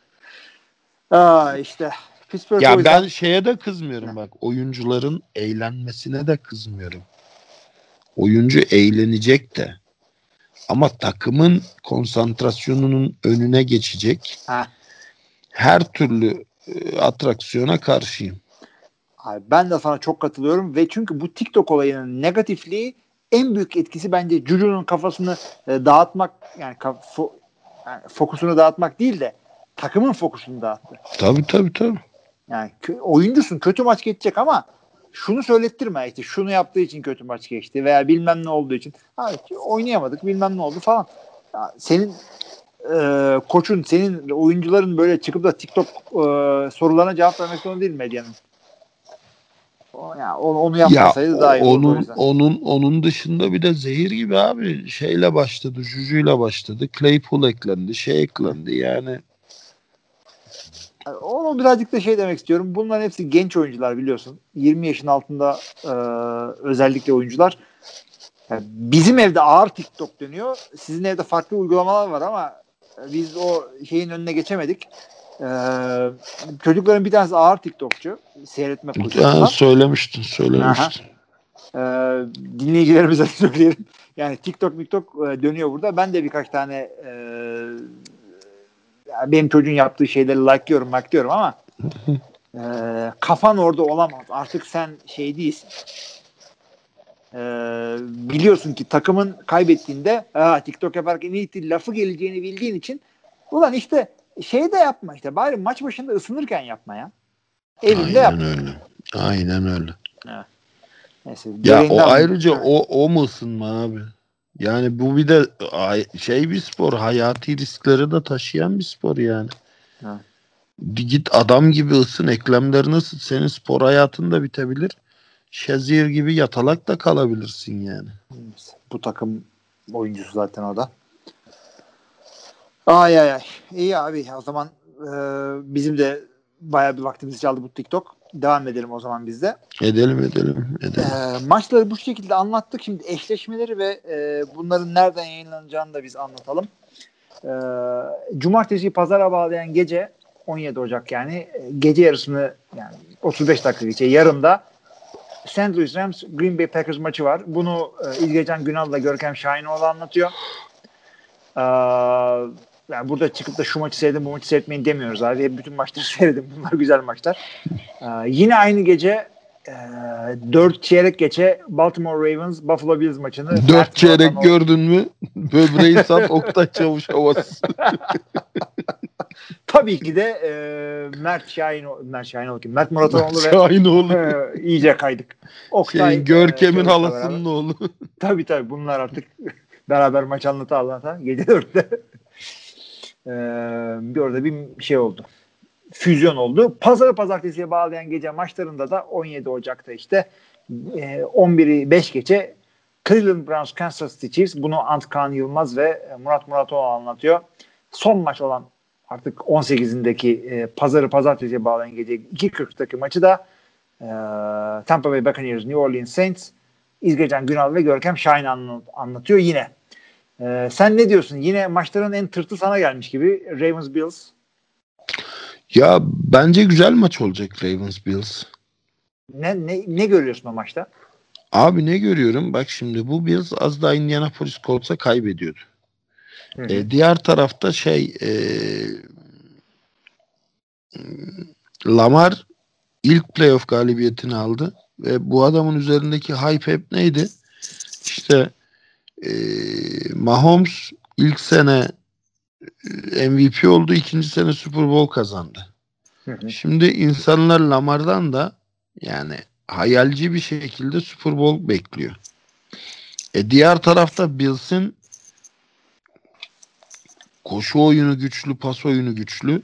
İşte Pittsburgh ya yüzden... ben şeye de kızmıyorum bak. Oyuncuların eğlenmesine de kızmıyorum. Oyuncu eğlenecek de. Ama takımın konsantrasyonunun önüne geçecek. Her türlü atraksiyona karşıyım. Abi ben de sana çok katılıyorum ve çünkü bu TikTok olayının negatifliği en büyük etkisi bence Juju'nun kafasını dağıtmak yani fokusunu dağıtmak değil de takımın fokusunu dağıttı. Tabii. Yani oyuncusun kötü maç geçecek ama şunu söylettirme işte şunu yaptığı için kötü maç geçti veya bilmem ne olduğu için oynayamadık bilmem ne oldu falan. Ya senin koçun senin oyuncuların böyle çıkıp da TikTok sorularına cevap vermek zorunda değil medyanın. Yani onu yapmasaydı daha iyi olurdu. Onun dışında bir de zehir gibi abi şeyle başladı, Juju'yla başladı, Claypool eklendi, eklendi yani. Onu birazcık da demek istiyorum. Bunların hepsi genç oyuncular biliyorsun. 20 yaşın altında özellikle oyuncular. Yani bizim evde ağır TikTok dönüyor. Sizin evde farklı uygulamalar var ama biz o şeyin önüne geçemedik. Çocukların bir tanesi ağır TikTokçu. Seyretme kursunda. Söylemiştin. Dinleyicilerimize söyleyelim. Yani TikTok dönüyor burada. Ben de birkaç tane benim çocuğun yaptığı şeyleri like'lıyorum ama kafan orada olamaz. Artık sen değilsin. Biliyorsun ki takımın kaybettiğinde TikTok yaparken iyi lafı geleceğini bildiğin için ulan işte de yapma işte. Bari maç başında ısınırken yapma ya. Evinde yap. Aynen öyle. Evet. Neyse, ya o ayrıca o mu ısınma abi? Yani bu bir de bir spor. Hayati riskleri de taşıyan bir spor yani. Evet. Git adam gibi ısın. Eklemlerini ısıt. Senin spor hayatın da bitebilir. Şezir gibi yatalak da kalabilirsin yani. Bu takım oyuncusu zaten o da. Ay ay ay. İyi abi. O zaman bizim de bayağı bir vaktimizi çaldı bu TikTok. Devam edelim o zaman biz de. Edelim. Maçları bu şekilde anlattık. Şimdi eşleşmeleri ve bunların nereden yayınlanacağını da biz anlatalım. Cumartesi pazara bağlayan gece 17 Ocak yani gece yarısını yani 35 dakika geçe yarımda St. Louis Rams Green Bay Packers maçı var. Bunu İlgecan Günal'la Görkem Şahinoğlu anlatıyor. Yani burada çıkıp da şu maçı seyredin bu maçı seyretmeyin demiyoruz abi. Hep bütün maçları seyredin. Bunlar güzel maçlar. Yine aynı gece 4 çeyrek geçe Baltimore Ravens Buffalo Bills maçını 4 çeyrek gördün mü? Böbreği sat Oktay Çavuş havası. Tabii ki de Mert Muratoğlu ve iyice kaydık. Oktay Görkem'in halasının oğlu. Tabii bunlar artık beraber maç anlata gece 4'te bir orada bir şey oldu. Füzyon oldu. Pazartesiye bağlayan gece maçlarında da 17 Ocak'ta işte 11'i 5 geçe Cleveland Browns Kansas City Chiefs. Bunu Antkan Yılmaz ve Murat Muratoğlu anlatıyor. Son maç olan artık 18'indeki pazartesiye bağlayan gece 2.40'daki maçı da Tampa Bay Buccaneers New Orleans Saints İzgecan Günal ve Görkem Şahin anlatıyor yine. Sen ne diyorsun? Yine maçların en tırtı sana gelmiş gibi Ravens Bills. Ya bence güzel maç olacak Ravens Bills. Ne görüyorsun o maçta? Abi ne görüyorum? Bak şimdi bu Bills az daha Indianapolis Colts'a kaybediyordu. Diğer tarafta Lamar ilk playoff galibiyetini aldı ve bu adamın üzerindeki hype hep neydi? İşte Mahomes ilk sene MVP oldu, ikinci sene Super Bowl kazandı. Şimdi insanlar Lamar'dan da yani hayalci bir şekilde Super Bowl bekliyor. Diğer tarafta Bills'in koşu oyunu güçlü, pas oyunu güçlü.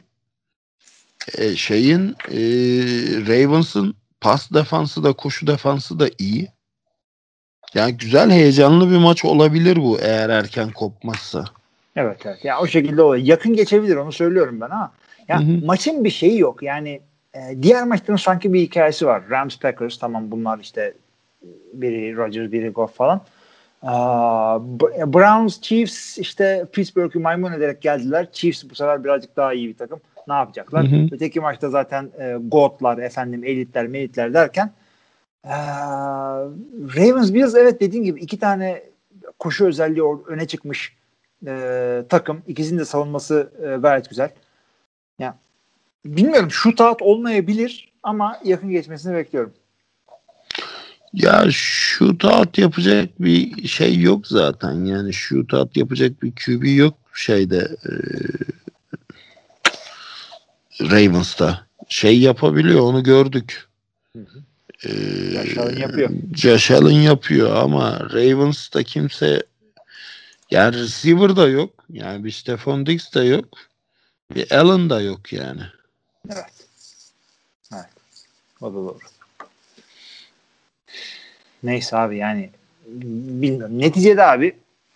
Ravens'ın pas defansı da koşu defansı da iyi. Yani güzel, heyecanlı bir maç olabilir bu eğer erken kopmazsa. Evet. Ya o şekilde oluyor. Yakın geçebilir, onu söylüyorum ben ha. Ya maçın bir şeyi yok. Yani diğer maçların sanki bir hikayesi var. Rams Packers tamam, bunlar işte biri Rodgers, biri Goff falan. Browns Chiefs işte Pittsburgh'ü maymun ederek geldiler. Chiefs bu sefer birazcık daha iyi bir takım. Ne yapacaklar? Öteki maçta zaten GOAT'lar, elitler derken Ravens Bills, evet dediğin gibi iki tane koşu özelliği öne çıkmış takım. İkisinin de savunması gayet güzel. Ya bilmiyorum, shootout olmayabilir ama yakın geçmesini bekliyorum. Ya shootout yapacak bir şey yok zaten. Yani shootout yapacak bir QB yok Ravens'ta. Yapabiliyor, onu gördük. Josh Allen yapıyor ama Ravens'ta kimse, yani receiver da yok. Yani bir Stephon Diggs de yok. Bir Allen da yok yani. Evet. O da doğru. Neyse abi, yani bilmiyorum. Neticede abi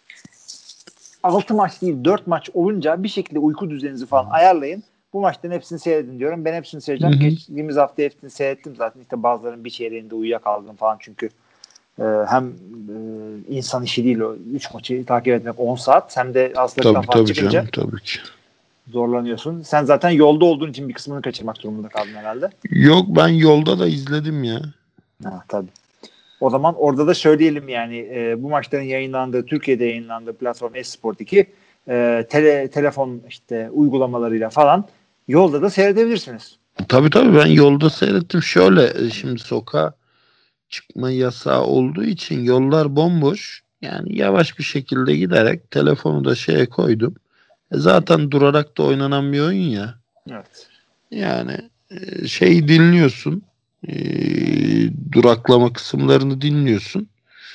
6 maç değil 4 maç olunca bir şekilde uyku düzeninizi falan ayarlayın. Bu maçların hepsini seyredin diyorum. Ben hepsini seyredeceğim. Geçtiğimiz hafta hepsini seyrettim zaten. İşte bazılarının bir çeyreğinde uyuyakaldım falan çünkü hem insan işi değil o 3 maçı takip etmek 10 saat. Hem de hastalıktan falan çıkınca canım, tabii ki zorlanıyorsun. Sen zaten yolda olduğun için bir kısmını kaçırmak durumunda kaldın herhalde. Yok, ben yolda da izledim ya. Tabii. O zaman orada da söyleyelim yani bu maçların yayınlandığı, Türkiye'de yayınlandığı platform Esport 2 telefon işte uygulamalarıyla falan yolda da seyredebilirsiniz. Tabii ben yolda seyrettim. Şöyle şimdi sokağa çıkma yasağı olduğu için yollar bomboş. Yani yavaş bir şekilde giderek telefonu da koydum. Zaten durarak da oynanan bir oyun ya. Evet. Yani dinliyorsun. Duraklama kısımlarını dinliyorsun.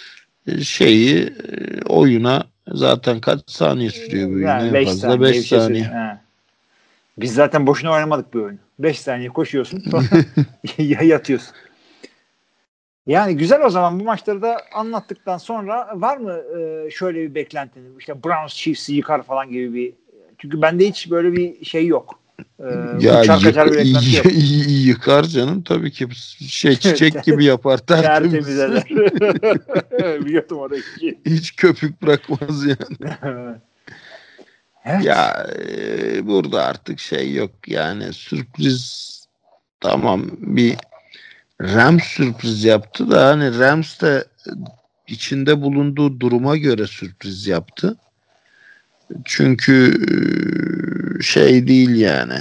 Oyuna zaten kaç saniye sürüyor bu oyun? Yani en fazla 5 saniye. Biz zaten boşuna oynamadık bu oyunu. 5 saniye koşuyorsun sonra yatıyorsun. Yani güzel, o zaman bu maçları da anlattıktan sonra var mı şöyle bir beklentiniz? İşte Browns Chiefs'i yıkar falan gibi bir Çünkü bende hiç böyle bir şey yok. Ya Uçar kaçar bir beklenti yok. yıkar canım tabii ki. Çiçek gibi yapar, tertemiz. Tertemiz eder. Biliyordum orayı. Hiç köpük bırakmaz yani. Evet. Ya burada artık şey yok yani, sürpriz. Tamam, bir Rams sürpriz yaptı da hani Rams de içinde bulunduğu duruma göre sürpriz yaptı. Çünkü şey değil yani.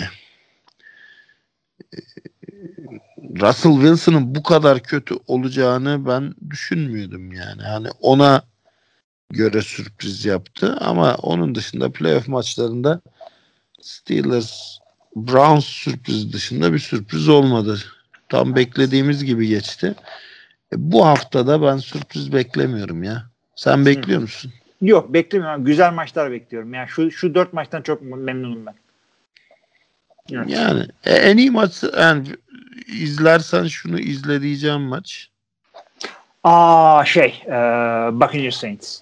Russell Wilson'ın bu kadar kötü olacağını ben düşünmüyordum yani. Hani ona göre sürpriz yaptı ama onun dışında playoff maçlarında Steelers Browns sürpriz dışında bir sürpriz olmadı. Tam beklediğimiz gibi geçti. Bu haftada ben sürpriz beklemiyorum ya. Sen bekliyor musun? Yok, beklemiyorum. Güzel maçlar bekliyorum. Yani şu 4 maçtan çok memnunum ben. Evet. Yani en iyi maç, yani izlersen şunu izle diyeceğim maç. Buccaneers Saints.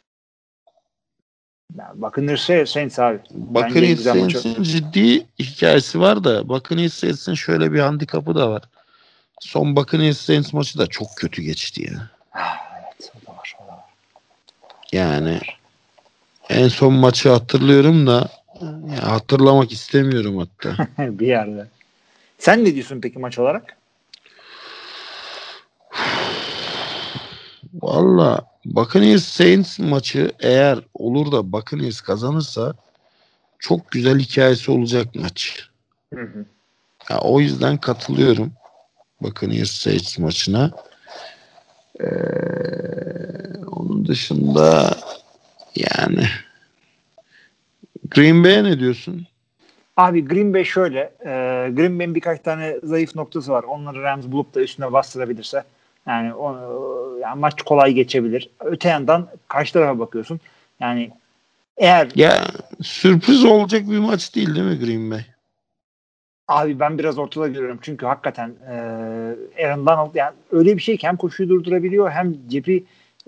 Buccaneers Saints abi. Buccaneers Saints'in ciddi hikayesi var da Buccaneers Saints'in şöyle bir handikapı da var. Son Buccaneers Saints maçı da çok kötü geçti ya. Evet, o da var. Yani en son maçı hatırlıyorum da hatırlamak istemiyorum hatta. Bir yerde. Sen ne diyorsun peki maç olarak? Valla Buccaneers Saints maçı eğer olur da Buccaneers kazanırsa çok güzel hikayesi olacak maç. Hı. Ya, o yüzden katılıyorum Buccaneers Saints maçına. Onun dışında yani Green Bay'e ne diyorsun? Abi Green Bay şöyle. Green Bay'in birkaç tane zayıf noktası var. Onları Rams bulup da üstüne bastırabilirse yani maç kolay geçebilir. Öte yandan karşı tarafa bakıyorsun. Yani eğer sürpriz olacak bir maç değil mi Green Bay? Abi ben biraz ortada görüyorum. Çünkü hakikaten Aaron Donald yani öyle bir şey ki hem koşuyu durdurabiliyor hem cebi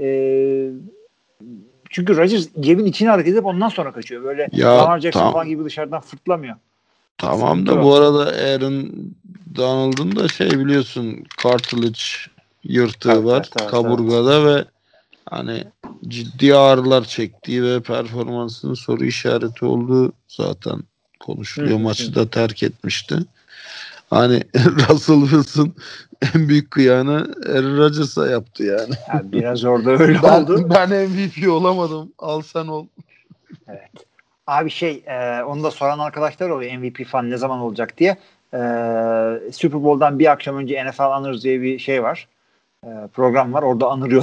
çünkü Rodgers cebin içine hareket edip ondan sonra kaçıyor. Böyle Lamar Jackson falan gibi dışarıdan fırtlamıyor. Tamam da bu arada Aaron Donald'ın da biliyorsun cartilage yırtığı var kaburgada ve hani ciddi ağrılar çektiği ve performansının soru işareti olduğu zaten konuşuluyor. Maçı da terk etmişti. Hani Russell Wilson en büyük kıyağını Aaron Rodgers'a yaptı yani. Biraz orada öyle oldu. Ben MVP olamadım. Al sen ol. Evet. Abi onu da soran arkadaşlar oluyor MVP falan ne zaman olacak diye. Super Bowl'dan bir akşam önce NFL Honors diye bir şey var. Program var. Orada anırıyor.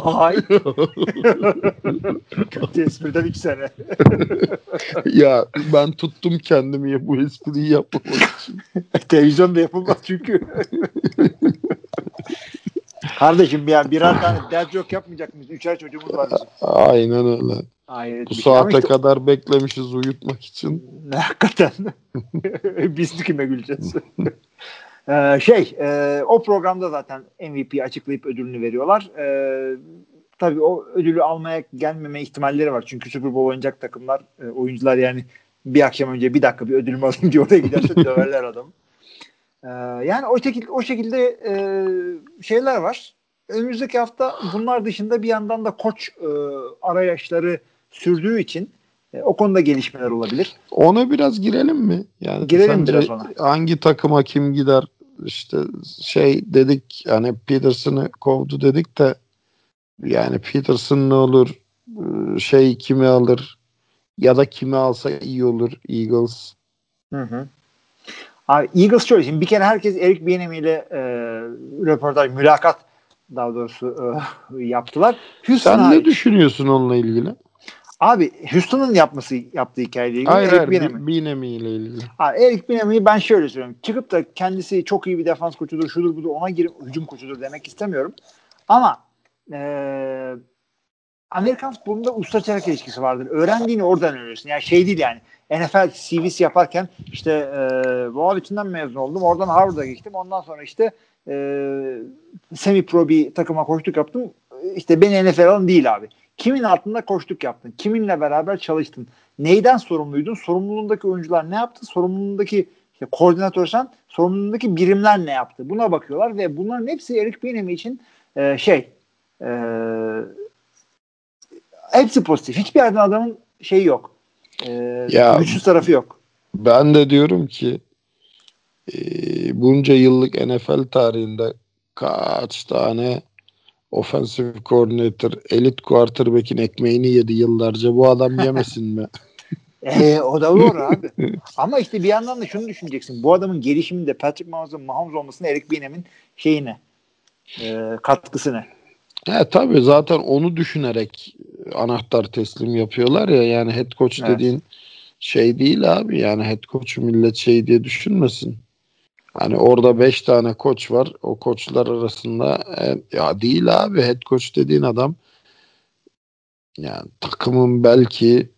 Kötü espriden 2 sene. Ya ben tuttum kendimi bu espriyi yapmamak için. Televizyonda yapılmaz çünkü. Kardeşim birer tane dad joke yapmayacak mıyız? 3'er çocuğumuz var bizim. Aynen öyle. Hayret bu saate kadar beklemişiz uyutmak için. Hakikaten. Biz kime güleceğiz? O programda zaten MVP açıklayıp ödülünü veriyorlar. Tabii o ödülü almaya gelmeme ihtimalleri var. Çünkü Super Bowl oynayacak takımlar, oyuncular yani bir akşam önce bir dakika bir ödülümü alayım diye oraya giderse döverler adamı. Yani o şekilde şeyler var. Önümüzdeki hafta bunlar dışında bir yandan da koç arayışları sürdüğü için o konuda gelişmeler olabilir. Ona biraz girelim mi? Yani girelim biraz ona. Hangi takıma kim gider? İşte dedik hani Peterson'ı kovdu dedik de yani Peterson ne olur? Kimi alır? Ya da kimi alsa iyi olur Eagles. Hı. Abi Eagles şöyle. Şimdi bir kere herkes Eric Bieniemy ile mülakat daha doğrusu yaptılar. Sen ne düşünüyorsun onunla ilgili? Abi Houston'un yaptığı hikayeyle ilgili. Hayır, Bieniemy ile ilgili. Eric Bieniemy'yi ben şöyle söylüyorum. Çıkıp da kendisi çok iyi bir defans koçudur, şudur budur, ona girip hücum koçudur demek istemiyorum. Ama Amerikan futbolunda usta çırak ilişkisi vardır. Öğrendiğini oradan öğrenirsin. Yani değil yani. NFL CV'si yaparken Boğaziçi'nden mezun oldum. Oradan Harvard'a geçtim. Ondan sonra semi pro bir takıma koçluk yaptım. işte beni NFL alın değil abi. Kimin altında koçluk yaptın? Kiminle beraber çalıştın? Neyden sorumluydun? Sorumluluğundaki oyuncular ne yaptı? Sorumluluğundaki işte koordinatör sen, sorumluluğundaki birimler ne yaptı? Buna bakıyorlar ve bunların hepsi Eric Bieniemy için hepsi pozitif. Hiçbir yerden adamın şeyi yok. Güçsüz tarafı yok. Ben de diyorum ki bunca yıllık NFL tarihinde kaç tane offensive coordinator, elit quarterback'in ekmeğini yedi yıllarca. Bu adam yemesin mi? O da doğru abi. Ama işte bir yandan da şunu düşüneceksin. Bu adamın gelişiminde Patrick Mahomes olmasına Eric Bieniemy'nin şeyine katkısına. Tabii zaten onu düşünerek anahtar teslim yapıyorlar ya. Yani head coach dediğin şey değil abi. Yani head coach'u millet şey diye düşünmesin. Hani orada 5 tane koç var. O koçlar arasında ya değil abi. Head coach dediğin adam yani takımın belki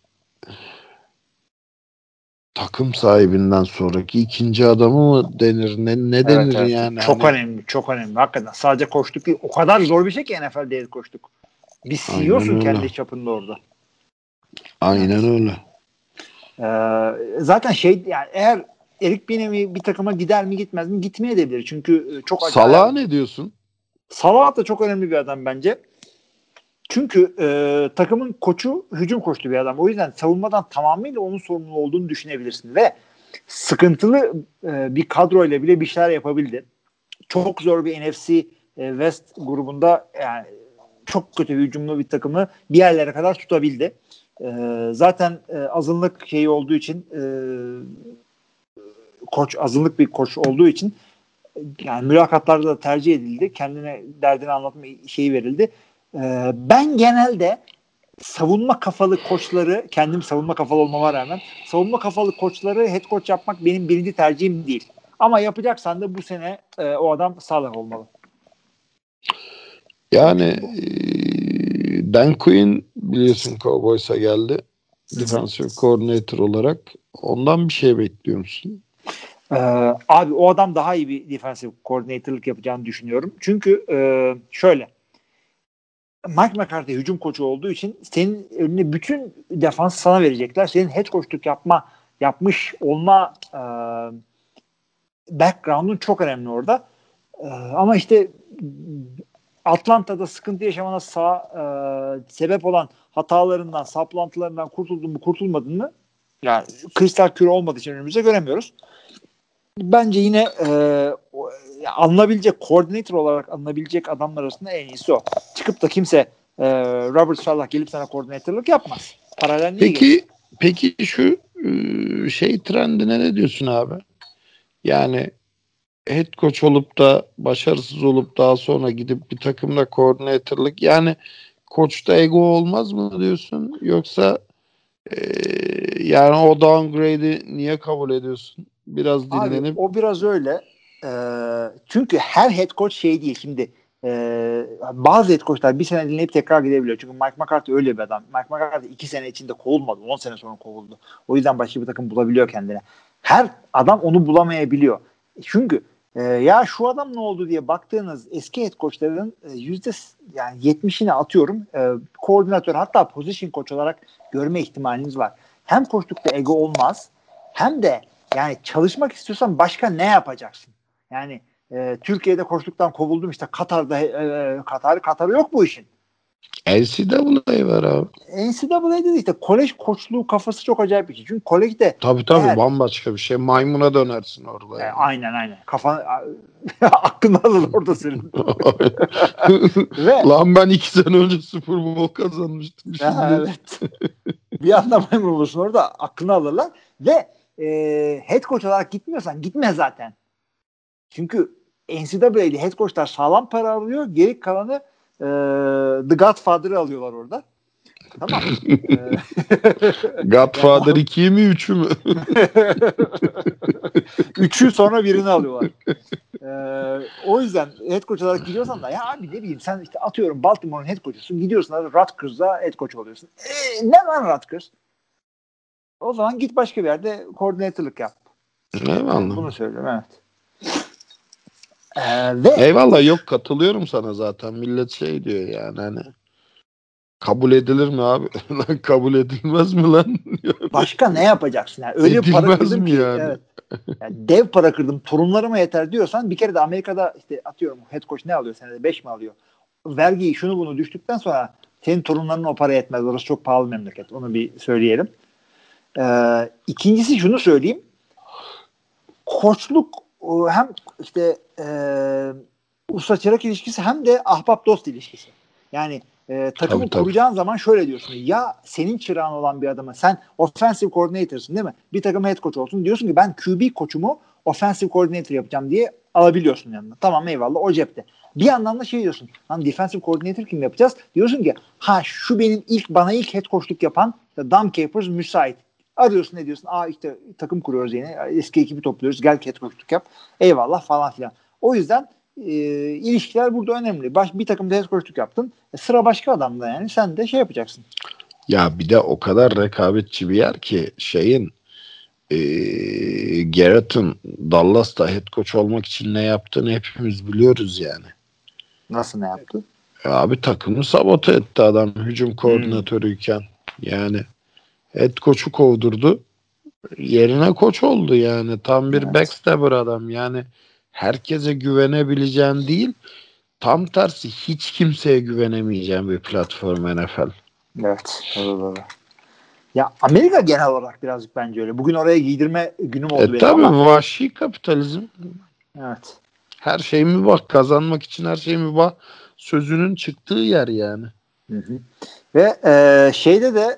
takım sahibinden sonraki ikinci adamı mı denir? Ne denir evet. yani? Çok hani... önemli. Çok önemli. Hakikaten. Sadece koçluk değil. O kadar zor bir şey ki NFL'de koçluk. Bir CEO'sun kendi çapında orada. Aynen öyle. Zaten yani eğer Eric Bieniemy bir takıma gider mi gitmez mi? Gitmeyebilir. Çünkü çok acayip. Salah ne diyorsun? Salah da çok önemli bir adam bence. Çünkü takımın koçu hücum koçlu bir adam. O yüzden savunmadan tamamıyla onun sorumlu olduğunu düşünebilirsin. Ve sıkıntılı bir kadroyla bile bir şeyler yapabildi. Çok zor bir NFC West grubunda yani çok kötü bir hücumlu bir takımı bir yerlere kadar tutabildi. Zaten azınlık şeyi olduğu için azınlık bir koç olduğu için yani mülakatlarda da tercih edildi. Kendine derdini anlatma şeyi verildi. Ben genelde savunma kafalı koçları, kendim savunma kafalı olmama rağmen savunma kafalı koçları head coach yapmak benim birinci tercihim değil. Ama yapacaksan da bu sene o adam Salah olmalı. Yani Dan Quinn biliyorsun Cowboys'a geldi. Defensive coordinator olarak. Ondan bir şey bekliyor musun? Abi o adam daha iyi bir defensive coordinator'lık yapacağını düşünüyorum. Çünkü şöyle Mike McCarthy hücum koçu olduğu için senin önüne bütün defansı sana verecekler. Senin head coachluk yapmış olma background'un çok önemli orada. Ama işte Atlanta'da sıkıntı yaşamana sebep olan hatalarından, saplantılarından kurtuldun mu, kurtulmadın mı? Yani kristal küre olmadığı için önümüzde göremiyoruz. Bence yine alınabilecek, koordinatör olarak alınabilecek adamlar arasında en iyisi o. Çıkıp da kimse Robert Saleh gelip sana koordinatörlük yapmaz. Paralel Peki şu şey trendine ne diyorsun abi? Yani head coach olup da başarısız olup daha sonra gidip bir takımda koordinatörlük yani koçta ego olmaz mı diyorsun? Yoksa yani o downgrade'i niye kabul ediyorsun? Biraz dinlenip. Abi, o biraz öyle. Çünkü her head coach şey değil. Şimdi bazı head coachlar bir sene dinleyip tekrar gidebiliyor. Çünkü Mike McCarthy öyle bir adam. Mike McCarthy 2 sene içinde kovulmadı. 10 sene sonra kovuldu. O yüzden başka bir takım bulabiliyor kendine. Her adam onu bulamayabiliyor. Çünkü ya şu adam ne oldu diye baktığınız eski head coachların yani 70'ini atıyorum koordinatör hatta position coach olarak görme ihtimaliniz var. Hem koçlukta ego olmaz hem de yani çalışmak istiyorsan başka ne yapacaksın? Yani Türkiye'de koçluktan kovuldum işte Katar'ı yok bu işin. NCAA var abi. NCAA'de de işte kolej koçluğu kafası çok acayip bir şey. Çünkü kolejde tabii bambaşka bir şey. Maymuna dönersin orada. Yani. Aynen. Kafan aklını alır orada senin. Lan ben 2 sene önce Super Bowl kazanmıştım. Evet. Bir anda maymun olursun orada aklını alırlar ve head coach olarak gitmiyorsan gitme zaten. Çünkü NCAA'de head coachlar sağlam para alıyor. Geri kalanı The Godfather'ı alıyorlar orada. Tamam. Godfather 2'yi mi 3'ü mü? 3'ü sonra birini alıyorlar. O yüzden head coach olarak gidiyorsan da ya abi ne bileyim sen işte atıyorum Baltimore'un head coach'usun. Gidiyorsun da Rutgers'da head coach oluyorsun. Ne lan Rutgers? O zaman git başka bir yerde koordinatörlük yap. Eyvallah. Bunu söylüyorum evet. Eyvallah, yok katılıyorum sana zaten. Millet şey diyor yani hani kabul edilir mi abi? Lan kabul edilmez mi lan? Başka ne yapacaksın? Yani öyle bir para kırdım ki. Yani? Evet. Yani dev para kırdım. Torunlarıma yeter diyorsan bir kere de Amerika'da işte atıyorum head coach ne alıyor senede? 5 mi alıyor? Vergiyi şunu bunu düştükten sonra senin torunlarına o para yetmez. Orası çok pahalı memleket. Onu bir söyleyelim. İkincisi şunu söyleyeyim. Koçluk hem işte usta çırak ilişkisi hem de ahbap dost ilişkisi. Yani takımı Tabii. kuracağın zaman şöyle diyorsun. Ya senin çırağın olan bir adama sen offensive coordinator'sın değil mi? Bir takım head coach olsun. Diyorsun ki ben QB koçumu offensive coordinator yapacağım diye alabiliyorsun yanına. Tamam eyvallah o cepte. Bir yandan da şey diyorsun. Lan defensive coordinator kim yapacağız? Diyorsun ki şu benim bana ilk head coachluk yapan Dom Capers müsait. Arıyorsun ne diyorsun? İşte takım kuruyoruz yine. Eski ekibi topluyoruz. Gel head coachluk yap. Eyvallah falan filan. O yüzden ilişkiler burada önemli. Bir takım head coachluk yaptın. Sıra başka adamda yani. Sen de şey yapacaksın. Ya bir de o kadar rekabetçi bir yer ki Garrett'ın Dallas'ta head coach olmak için ne yaptığını hepimiz biliyoruz yani. Nasıl ne yaptı? Abi takımı sabote etti adam hücum koordinatörüyken. Yani head coach'u kovdurdu. Yerine koç oldu yani. Tam bir backstabber adam. Yani herkese güvenebileceğin değil, tam tersi hiç kimseye güvenemeyeceğin bir platform NFL. Evet. Doğru. Ya Amerika genel olarak birazcık bence öyle. Bugün oraya giydirme günüm oldu benim tabii, ama. vahşi kapitalizm. Evet. Her şey mübah. Kazanmak için her şey mübah. Sözünün çıktığı yer yani. Hı. Ve şeyde de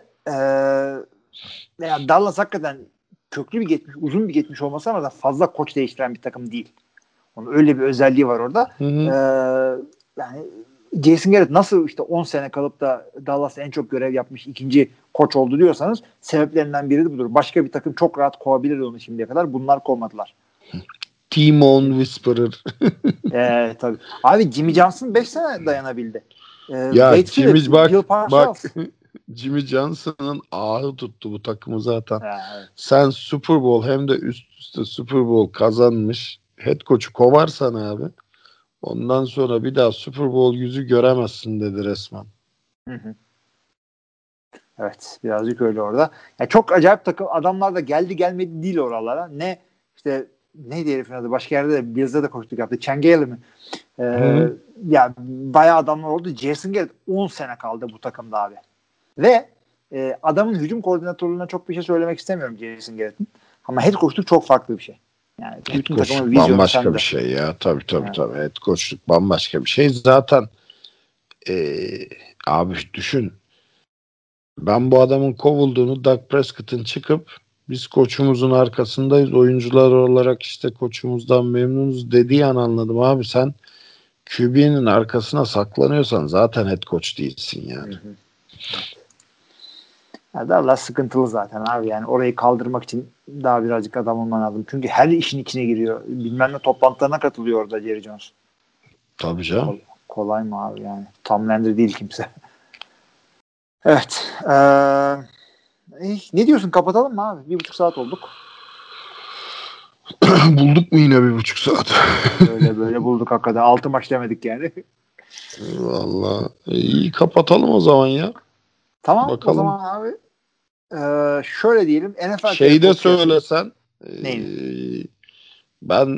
yani Dallas hakikaten köklü bir geçmiş, uzun bir geçmiş olması ama da fazla koç değiştiren bir takım değil. Onun öyle bir özelliği var orada. Yani Jason Garrett nasıl işte 10 sene kalıp da Dallas'ta en çok görev yapmış ikinci koç oldu diyorsanız sebeplerinden biri de budur. Başka bir takım çok rahat kovabilir onu şimdiye kadar. Bunlar kovmadılar. Timon Whisperer. Tabii. Abi Jimmy Johnson 5 sene dayanabildi. Ya Jimmy bak Phillips. Jimmy Johnson'ın ağı tuttu bu takımı zaten. Evet. Sen Super Bowl hem de üst üste Super Bowl kazanmış head coach'u kovarsan abi ondan sonra bir daha Super Bowl yüzü göremezsin dedi resmen. Hı. Evet, birazcık öyle orada. Yani çok acayip takım adamlar da geldi gelmedi değil oralara. Ne işte neydi herifin adı? Başka yerde de Bills'de de koştuk yaptı. Changeli mi? Ya bayağı adamlar oldu. Jason Garrett 10 sene kaldı bu takımda abi. Ve adamın hücum koordinatörlüğüne çok bir şey söylemek istemiyorum Jason Garrett'in. Ama head coachluk çok farklı bir şey. Yani head coachluk bambaşka bir şey ya. Tabii. Head coachluk bambaşka bir şey. Zaten abi düşün. Ben bu adamın kovulduğunu, Dak Prescott'ın çıkıp biz koçumuzun arkasındayız, oyuncular olarak işte koçumuzdan memnunuz dediği an anladım abi. Sen QB'nin arkasına saklanıyorsan zaten head coach değilsin yani. Ya Dallas sıkıntılı zaten abi, yani orayı kaldırmak için daha birazcık adam olman lazım. Çünkü her işin içine giriyor. Bilmem ne toplantılarına katılıyor orada Jerry Jones. Tabii canım. Kolay mı abi yani? Tom Landry değil kimse. Evet. Ne diyorsun? Kapatalım mı abi? 1,5 saat olduk. Bulduk mu yine 1,5 saat? böyle bulduk hakikaten. 6 maç demedik yani. Vallahi iyi, kapatalım o zaman ya. Tamam. Bakalım. O zaman abi şöyle diyelim. NFL şeyde söylesen ben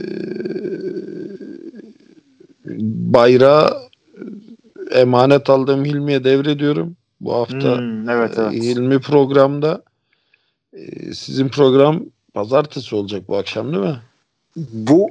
bayrağı emanet aldığım Hilmi'ye devrediyorum. Bu hafta evet. Hilmi programda, sizin program pazartesi olacak bu akşam değil mi? Bu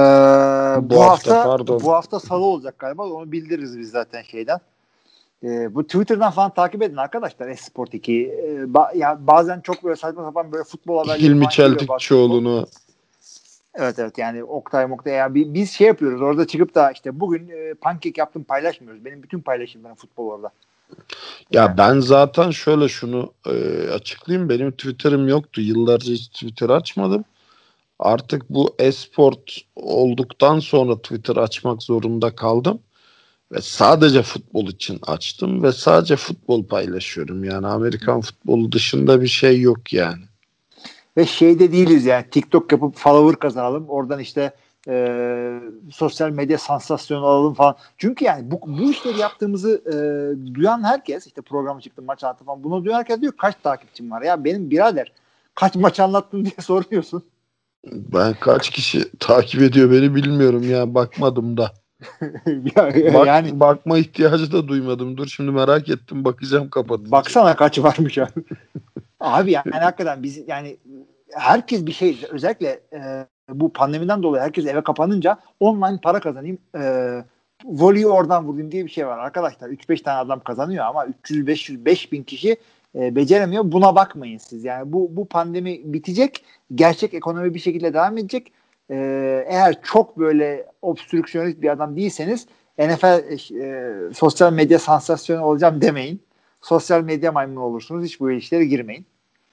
hafta salı olacak galiba. Onu bildiririz biz zaten şeyden. Bu Twitter'dan falan takip edin arkadaşlar. Esport 2. Ya bazen çok böyle saçma sapan böyle futbol haberleri Hilmi Çeltikçioğlu'nu. Evet yani Oktay ya biz şey yapıyoruz. Orada çıkıp da işte bugün pankek yaptım paylaşmıyoruz. Benim bütün paylaşımlarım futbol orada. Ya ben zaten şöyle şunu açıklayayım. Benim Twitter'ım yoktu. Yıllarca hiç Twitter açmadım. Artık bu esport olduktan sonra Twitter açmak zorunda kaldım. Ve sadece futbol için açtım ve sadece futbol paylaşıyorum. Yani Amerikan futbolu dışında bir şey yok yani. Ve şeyde değiliz yani TikTok yapıp follower kazanalım. Oradan işte sosyal medya sansasyonu alalım falan. Çünkü yani bu işleri yaptığımızı duyan herkes, işte programa çıktım, maç anlattım falan, bunu duyan herkes diyor kaç takipçim var ya benim birader, kaç maç anlattın diye soruyorsun. Ben kaç kişi takip ediyor beni bilmiyorum ya, bakmadım da. Yani Bakma ihtiyacı da duymadım. Dur şimdi merak ettim, bakacağım kapatınca. baksana kaç varmış abi. Abi yani hakikaten biz yani herkes bir şey, özellikle bu pandemiden dolayı herkes eve kapanınca online para kazanayım, voleyi oradan vurayım diye bir şey var arkadaşlar. 3-5 tane adam kazanıyor ama 300-500-5.000 kişi beceremiyor. Buna bakmayın siz. Yani bu pandemi bitecek. Gerçek ekonomi bir şekilde devam edecek. Eğer çok böyle obstrüksiyonist bir adam değilseniz NFL sosyal medya sansasyonu olacağım demeyin. Sosyal medya maymunu olursunuz. Hiç bu işlere girmeyin.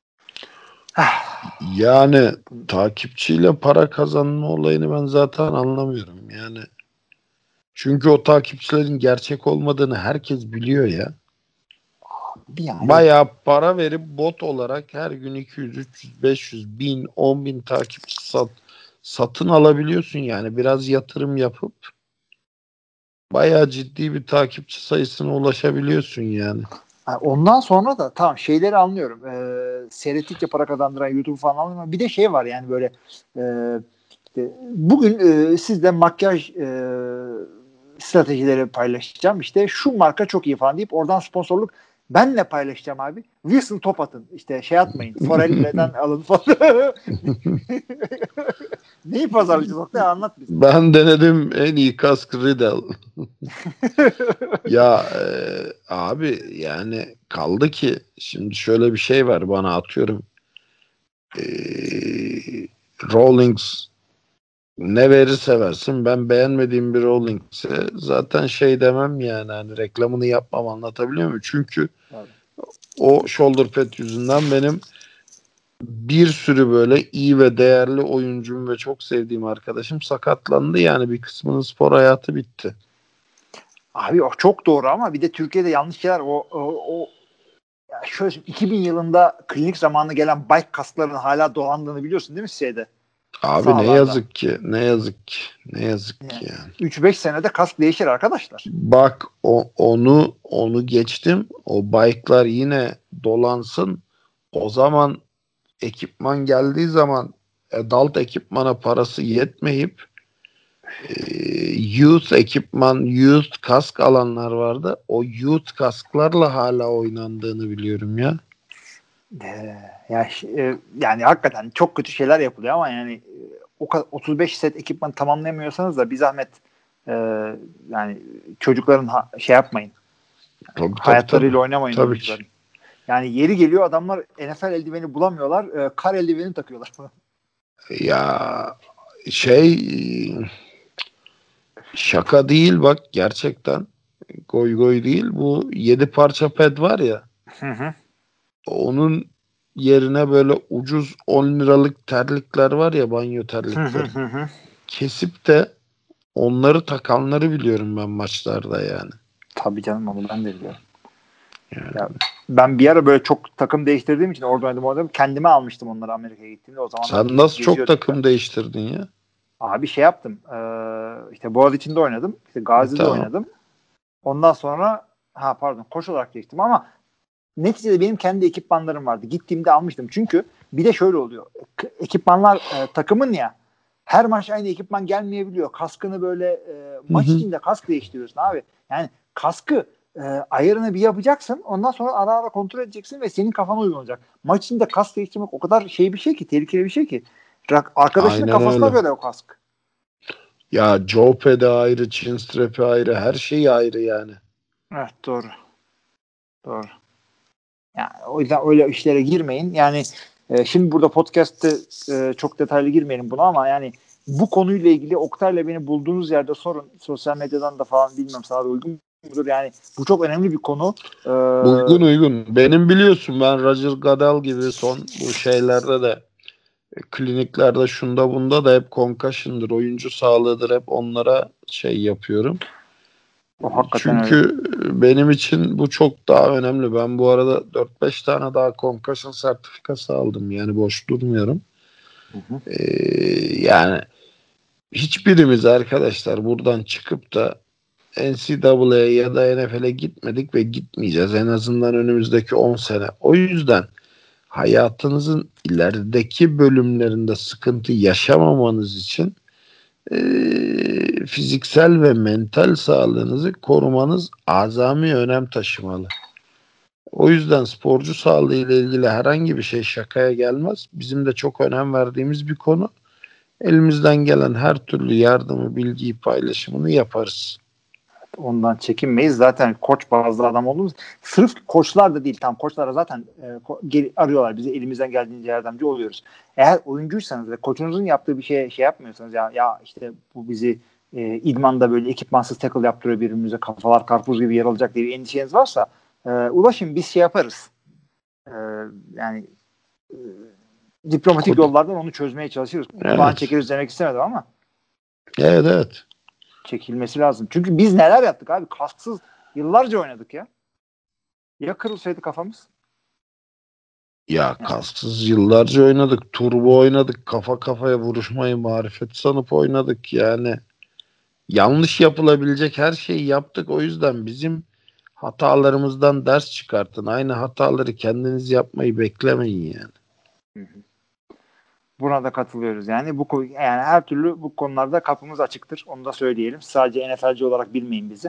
Yani takipçiyle para kazanma olayını ben zaten anlamıyorum. Yani çünkü o takipçilerin gerçek olmadığını herkes biliyor ya. Yani. Bayağı para verip bot olarak her gün 200, 300, 500, 1000, 10.000 takipçi satın alabiliyorsun yani. Biraz yatırım yapıp bayağı ciddi bir takipçi sayısına ulaşabiliyorsun yani. Ondan sonra da tamam şeyleri anlıyorum. Seyrettikçe para kazandıran YouTube falan anlıyorum ama bir de şey var yani böyle işte bugün sizle makyaj stratejileri paylaşacağım. İşte şu marka çok iyi falan deyip oradan sponsorluk benle paylaşacağım abi. Wilson top atın. İşte şey atmayın. Forelle'den alın falan. Neyi pazarlayacağız Oktay? Anlat bize. Ben denedim, en iyi kask Riddle. Ya abi yani kaldı ki şimdi şöyle bir şey var, bana atıyorum. Rawlings ne verirse versin, ben beğenmediğim bir Rawlings'e zaten şey demem yani, hani reklamını yapmam, anlatabiliyor muyum? Çünkü Abi. o shoulder pad yüzünden benim bir sürü böyle iyi ve değerli oyuncum ve çok sevdiğim arkadaşım sakatlandı, yani bir kısmının spor hayatı bitti. Abi o çok doğru ama bir de Türkiye'de yanlış şeyler o ya şöyle 2000 yılında klinik zamanı gelen bike kasklarının hala dolandığını biliyorsun değil mi şeyde? Abi Sahalarda. ne yazık ki yani. 3-5 senede kask değişir arkadaşlar. Bak onu geçtim. O bike'lar yine dolansın. O zaman ekipman geldiği zaman adult ekipmana parası yetmeyip youth ekipman, youth kask alanlar vardı. O youth kasklarla hala oynandığını biliyorum ya. Yani hakikaten çok kötü şeyler yapılıyor ama yani o kadar 35 set ekipman tamamlayamıyorsanız da bir zahmet yani çocukların şey yapmayın. Tabii, hayatlarıyla oynamayın tabii oyuncuların. Yani yeri geliyor adamlar NFL eldiveni bulamıyorlar. Kar eldiveni takıyorlar. Ya şaka değil bak, gerçekten goy değil, bu 7 parça ped var ya, onun yerine böyle ucuz 10 liralık terlikler var ya, banyo terlikleri, kesip de onları takanları biliyorum ben maçlarda yani. Tabii canım, onu ben de biliyorum. Yani. Ya, ben bir ara böyle çok takım değiştirdiğim için orada kendime almıştım onları Amerika'ya gittiğimde. O zaman sen nasıl çok takım değiştirdin ya? Abi şey yaptım. İşte Boğaziçi'nde oynadım. İşte Gazi'de oynadım. Ondan sonra koç olarak geçtim ama neticede benim kendi ekipmanlarım vardı. Gittiğimde almıştım. Çünkü bir de şöyle oluyor. Ekipmanlar takımın ya, her maç aynı ekipman gelmeyebiliyor. Kaskını böyle maç içinde kask değiştiriyorsun abi. Yani kaskı ayarını bir yapacaksın. Ondan sonra ara ara kontrol edeceksin ve senin kafana uygun olacak. Maç içinde kask değiştirmek o kadar bir şey ki, tehlikeli bir şey ki. Arkadaşının Aynen kafasına öyle. göre o kask. Ya Joe Pad'i ayrı, chin strap'i ayrı, her şey ayrı yani. Evet, doğru. Yani o yüzden öyle işlere girmeyin. Yani şimdi burada podcast'te çok detaylı girmeyelim buna ama yani bu konuyla ilgili Oktay'la beni bulduğunuz yerde sorun. Sosyal medyadan da falan, bilmiyorum sana da uygun mudur? Yani bu çok önemli bir konu. Uygun. Benim biliyorsun, ben Roger Goodell gibi son bu şeylerde de, kliniklerde, şunda bunda da hep concussion'dır, oyuncu sağlığıdır, hep onlara yapıyorum. Çünkü öyle. Benim için bu çok daha önemli. Ben bu arada 4-5 tane daha concussion sertifikası aldım. Yani boş durmuyorum. Yani hiçbirimiz arkadaşlar buradan çıkıp da NCAA'ye ya da NFL'e gitmedik ve gitmeyeceğiz. En azından önümüzdeki 10 sene. O yüzden hayatınızın ilerideki bölümlerinde sıkıntı yaşamamanız için fiziksel ve mental sağlığınızı korumanız azami önem taşımalı. O yüzden sporcu sağlığı ile ilgili herhangi bir şey şakaya gelmez. Bizim de çok önem verdiğimiz bir konu. Elimizden gelen her türlü yardımı, bilgiyi paylaşımını yaparız. Ondan çekinmeyiz. Zaten koç bazlı adam olduğumuz. Sırf koçlar da değil. Tam koçlara zaten arıyorlar. Bizi elimizden geldiğince yardımcı oluyoruz. Eğer oyuncuysanız ve koçunuzun yaptığı bir şey yapmıyorsanız ya işte bu bizi idmanda böyle ekipmansız tackle yaptırıyor birbirimize, kafalar karpuz gibi yaralacak diye bir endişeniz varsa ulaşın, biz şey yaparız. Yani diplomatik yollardan onu çözmeye çalışırız. Kulağını çekeriz demek istemedim ama. Evet. Çekilmesi lazım. Çünkü biz neler yaptık abi? Kasksız yıllarca oynadık ya. Ya kırılsaydı kafamız? Ya kasksız yıllarca oynadık. Turbo oynadık. Kafa kafaya vuruşmayı marifet sanıp oynadık. Yani yanlış yapılabilecek her şeyi yaptık. O yüzden bizim hatalarımızdan ders çıkartın. Aynı hataları kendiniz yapmayı beklemeyin yani. Buna da katılıyoruz. Yani her türlü bu konularda kapımız açıktır. Onu da söyleyelim. Sadece NFL'ci olarak bilmeyin bizi.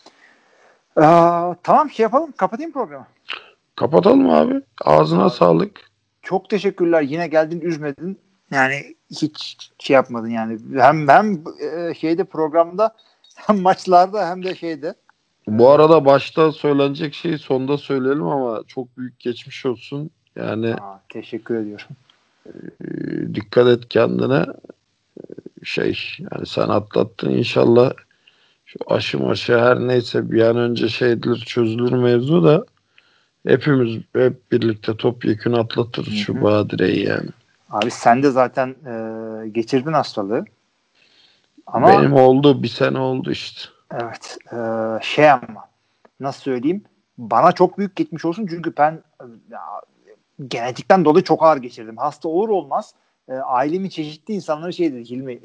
Tamam, şey yapalım. Kapatayım programı. Kapatalım abi. Ağzına sağlık. Çok teşekkürler. Yine geldin, üzmedin. Yani hiç şey yapmadın yani. Hem şeyde programda hem maçlarda hem de şeyde. Bu arada başta söylenecek şeyi sonda söyleyelim ama çok büyük geçmiş olsun. Yani teşekkür ediyorum. Dikkat et kendine. Yani sen atlattın inşallah. Şu aşı her neyse bir an önce çözülür mevzu da hepimiz hep birlikte topyekun atlatırız şu badireyi yani. Abi sen de zaten geçirdin hastalığı. Ama benim oldu, bir sene oldu işte. Evet. Ama nasıl söyleyeyim? Bana çok büyük geçmiş olsun çünkü ben genetikten dolayı çok ağır geçirdim. Hasta olur olmaz ailemin çeşitli insanları dedi, Hilmi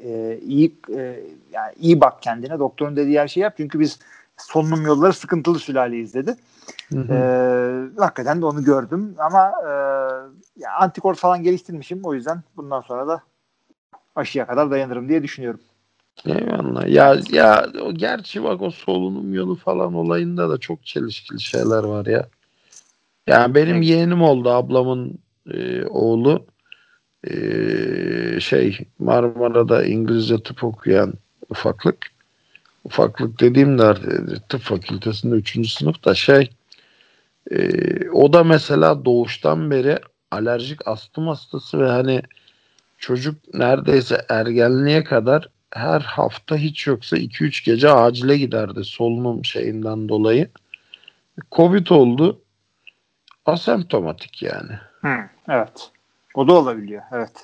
iyi bak kendine, doktorun dediği her şeyi yap çünkü biz solunum yolları sıkıntılı sülaleyiz dedi. Hakikaten de onu gördüm ama antikor falan geliştirmişim, o yüzden bundan sonra da aşıya kadar dayanırım diye düşünüyorum. Eyvallah. Ya gerçi bak o solunum yolu falan olayında da çok çelişkili şeyler var ya. Yani benim yeğenim oldu, ablamın oğlu. Marmara'da İngilizce tıp okuyan ufaklık. Ufaklık dediğim de tıp fakültesinde 3. sınıfta o da mesela doğuştan beri alerjik astım hastası ve hani çocuk neredeyse ergenliğe kadar her hafta hiç yoksa 2-3 gece acile giderdi solunum şeyinden dolayı. Covid oldu. Asemptomatik yani. Evet. O da olabiliyor. Evet.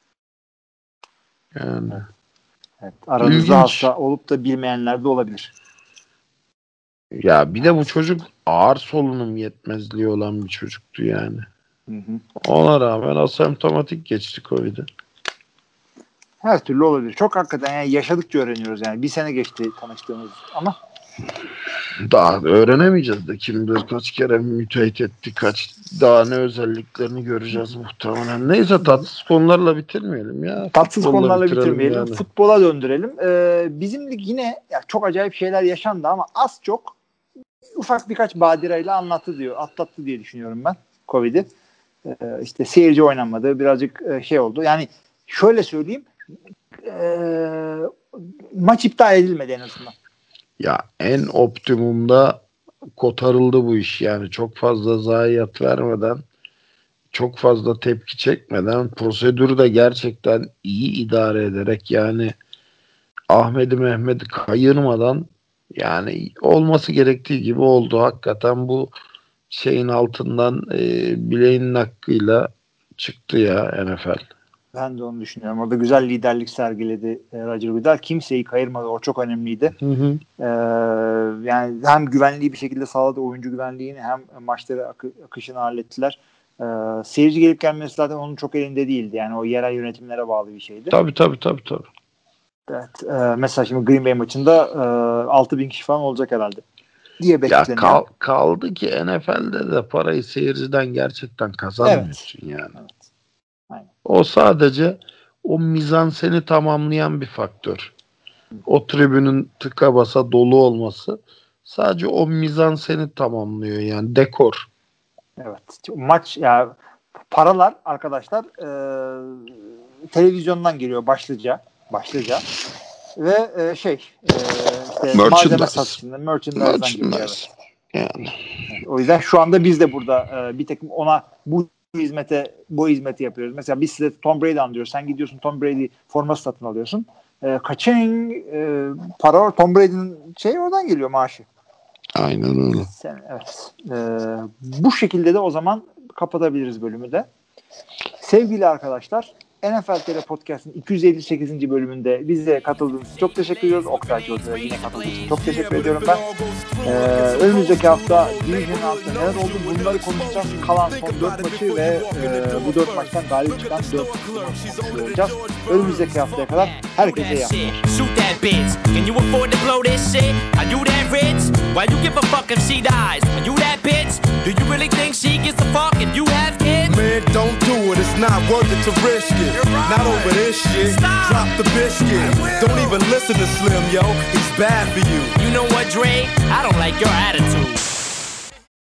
Yani. Evet. Aranızda hasta olup da bilmeyenler de olabilir. Ya bir de bu çocuk ağır solunum yetmezliği olan bir çocuktu yani. Ona rağmen asemptomatik geçti Covid'i. Her türlü olabilir. Çok hakikaten yani yaşadıkça öğreniyoruz yani. Bir sene geçti tanıştığımız ama daha öğrenemeyeceğiz de kim bilir kaç kere müteahhit etti, daha ne özelliklerini göreceğiz muhtemelen. Neyse tatsız konularla bitirmeyelim ya. Tatsız konularla bitirmeyelim. Yani. Futbola döndürelim. Bizim lig yine çok acayip şeyler yaşandı ama az çok ufak birkaç badireyle atlattı diye düşünüyorum ben Covid'i. İşte seyirci oynanmadı. Birazcık oldu. Yani şöyle söyleyeyim. Maç iptal edilmedi en azından. Ya en optimumda kotarıldı bu iş yani çok fazla zayiat vermeden, çok fazla tepki çekmeden, prosedürü de gerçekten iyi idare ederek yani Mehmet'i kayırmadan yani olması gerektiği gibi oldu. Hakikaten bu şeyin altından bileğinin hakkıyla çıktı ya NFL. Ben de onu düşünüyorum. Orada güzel liderlik sergiledi Roger Goodell. Kimseyi kayırmadı. O çok önemliydi. Yani hem güvenliği bir şekilde sağladı, oyuncu güvenliğini, hem maçları akışını hallettiler. Seyirci gelip gelmesi zaten onun çok elinde değildi. Yani o yerel yönetimlere bağlı bir şeydi. Tabii. Evet. Mesela şimdi Green Bay maçında 6.000 kişi falan olacak herhalde diye bekleniyor. Ya kaldı ki NFL'de de parayı seyirciden gerçekten kazanmıyorsun yani. Evet. Aynen. O sadece o mizanseni tamamlayan bir faktör. O tribünün tıka basa dolu olması sadece o mizanseni tamamlıyor yani dekor. Evet. Maç ya paralar arkadaşlar televizyondan geliyor başlıca ve işte malzeme satışından, merchandise'dan geliyor. Evet. Yani. O yüzden şu anda biz de burada bir takım ona bu hizmeti yapıyoruz. Mesela biz size Tom Brady anlıyoruz. Sen gidiyorsun Tom Brady forması satın alıyorsun. Para Tom Brady'nin oradan geliyor maaşı. Aynen öyle. Evet. Bu şekilde de o zaman kapatabiliriz bölümü de. Sevgili arkadaşlar, NFL TR Podcast'ın 258. bölümünde bize katıldığınız için çok teşekkür ediyoruz. Oktay Çocuğu'ya yine katıldığı için çok teşekkür ediyorum ben. Önümüzdeki hafta Division'ın altında neler oldu bunları konuşacağız. Kalan son 4 maçı ve bu 4 maçtan galip çıkan 4 maçı olacağız. Önümüzdeki haftaya kadar herkese iyi haftalar. Shoot that bitch. Can you afford to blow this shit? Are you that rich? Why you give a fuck if she dies? Are you that bitch? Do you really think she gives a fuck if you have kids? Man, don't do it. It's not worth it to risk it. Right. Not over this shit. Stop. Drop the biscuit. Don't even listen to Slim, yo. He's bad for you. You know what, Dre? I don't like your attitude.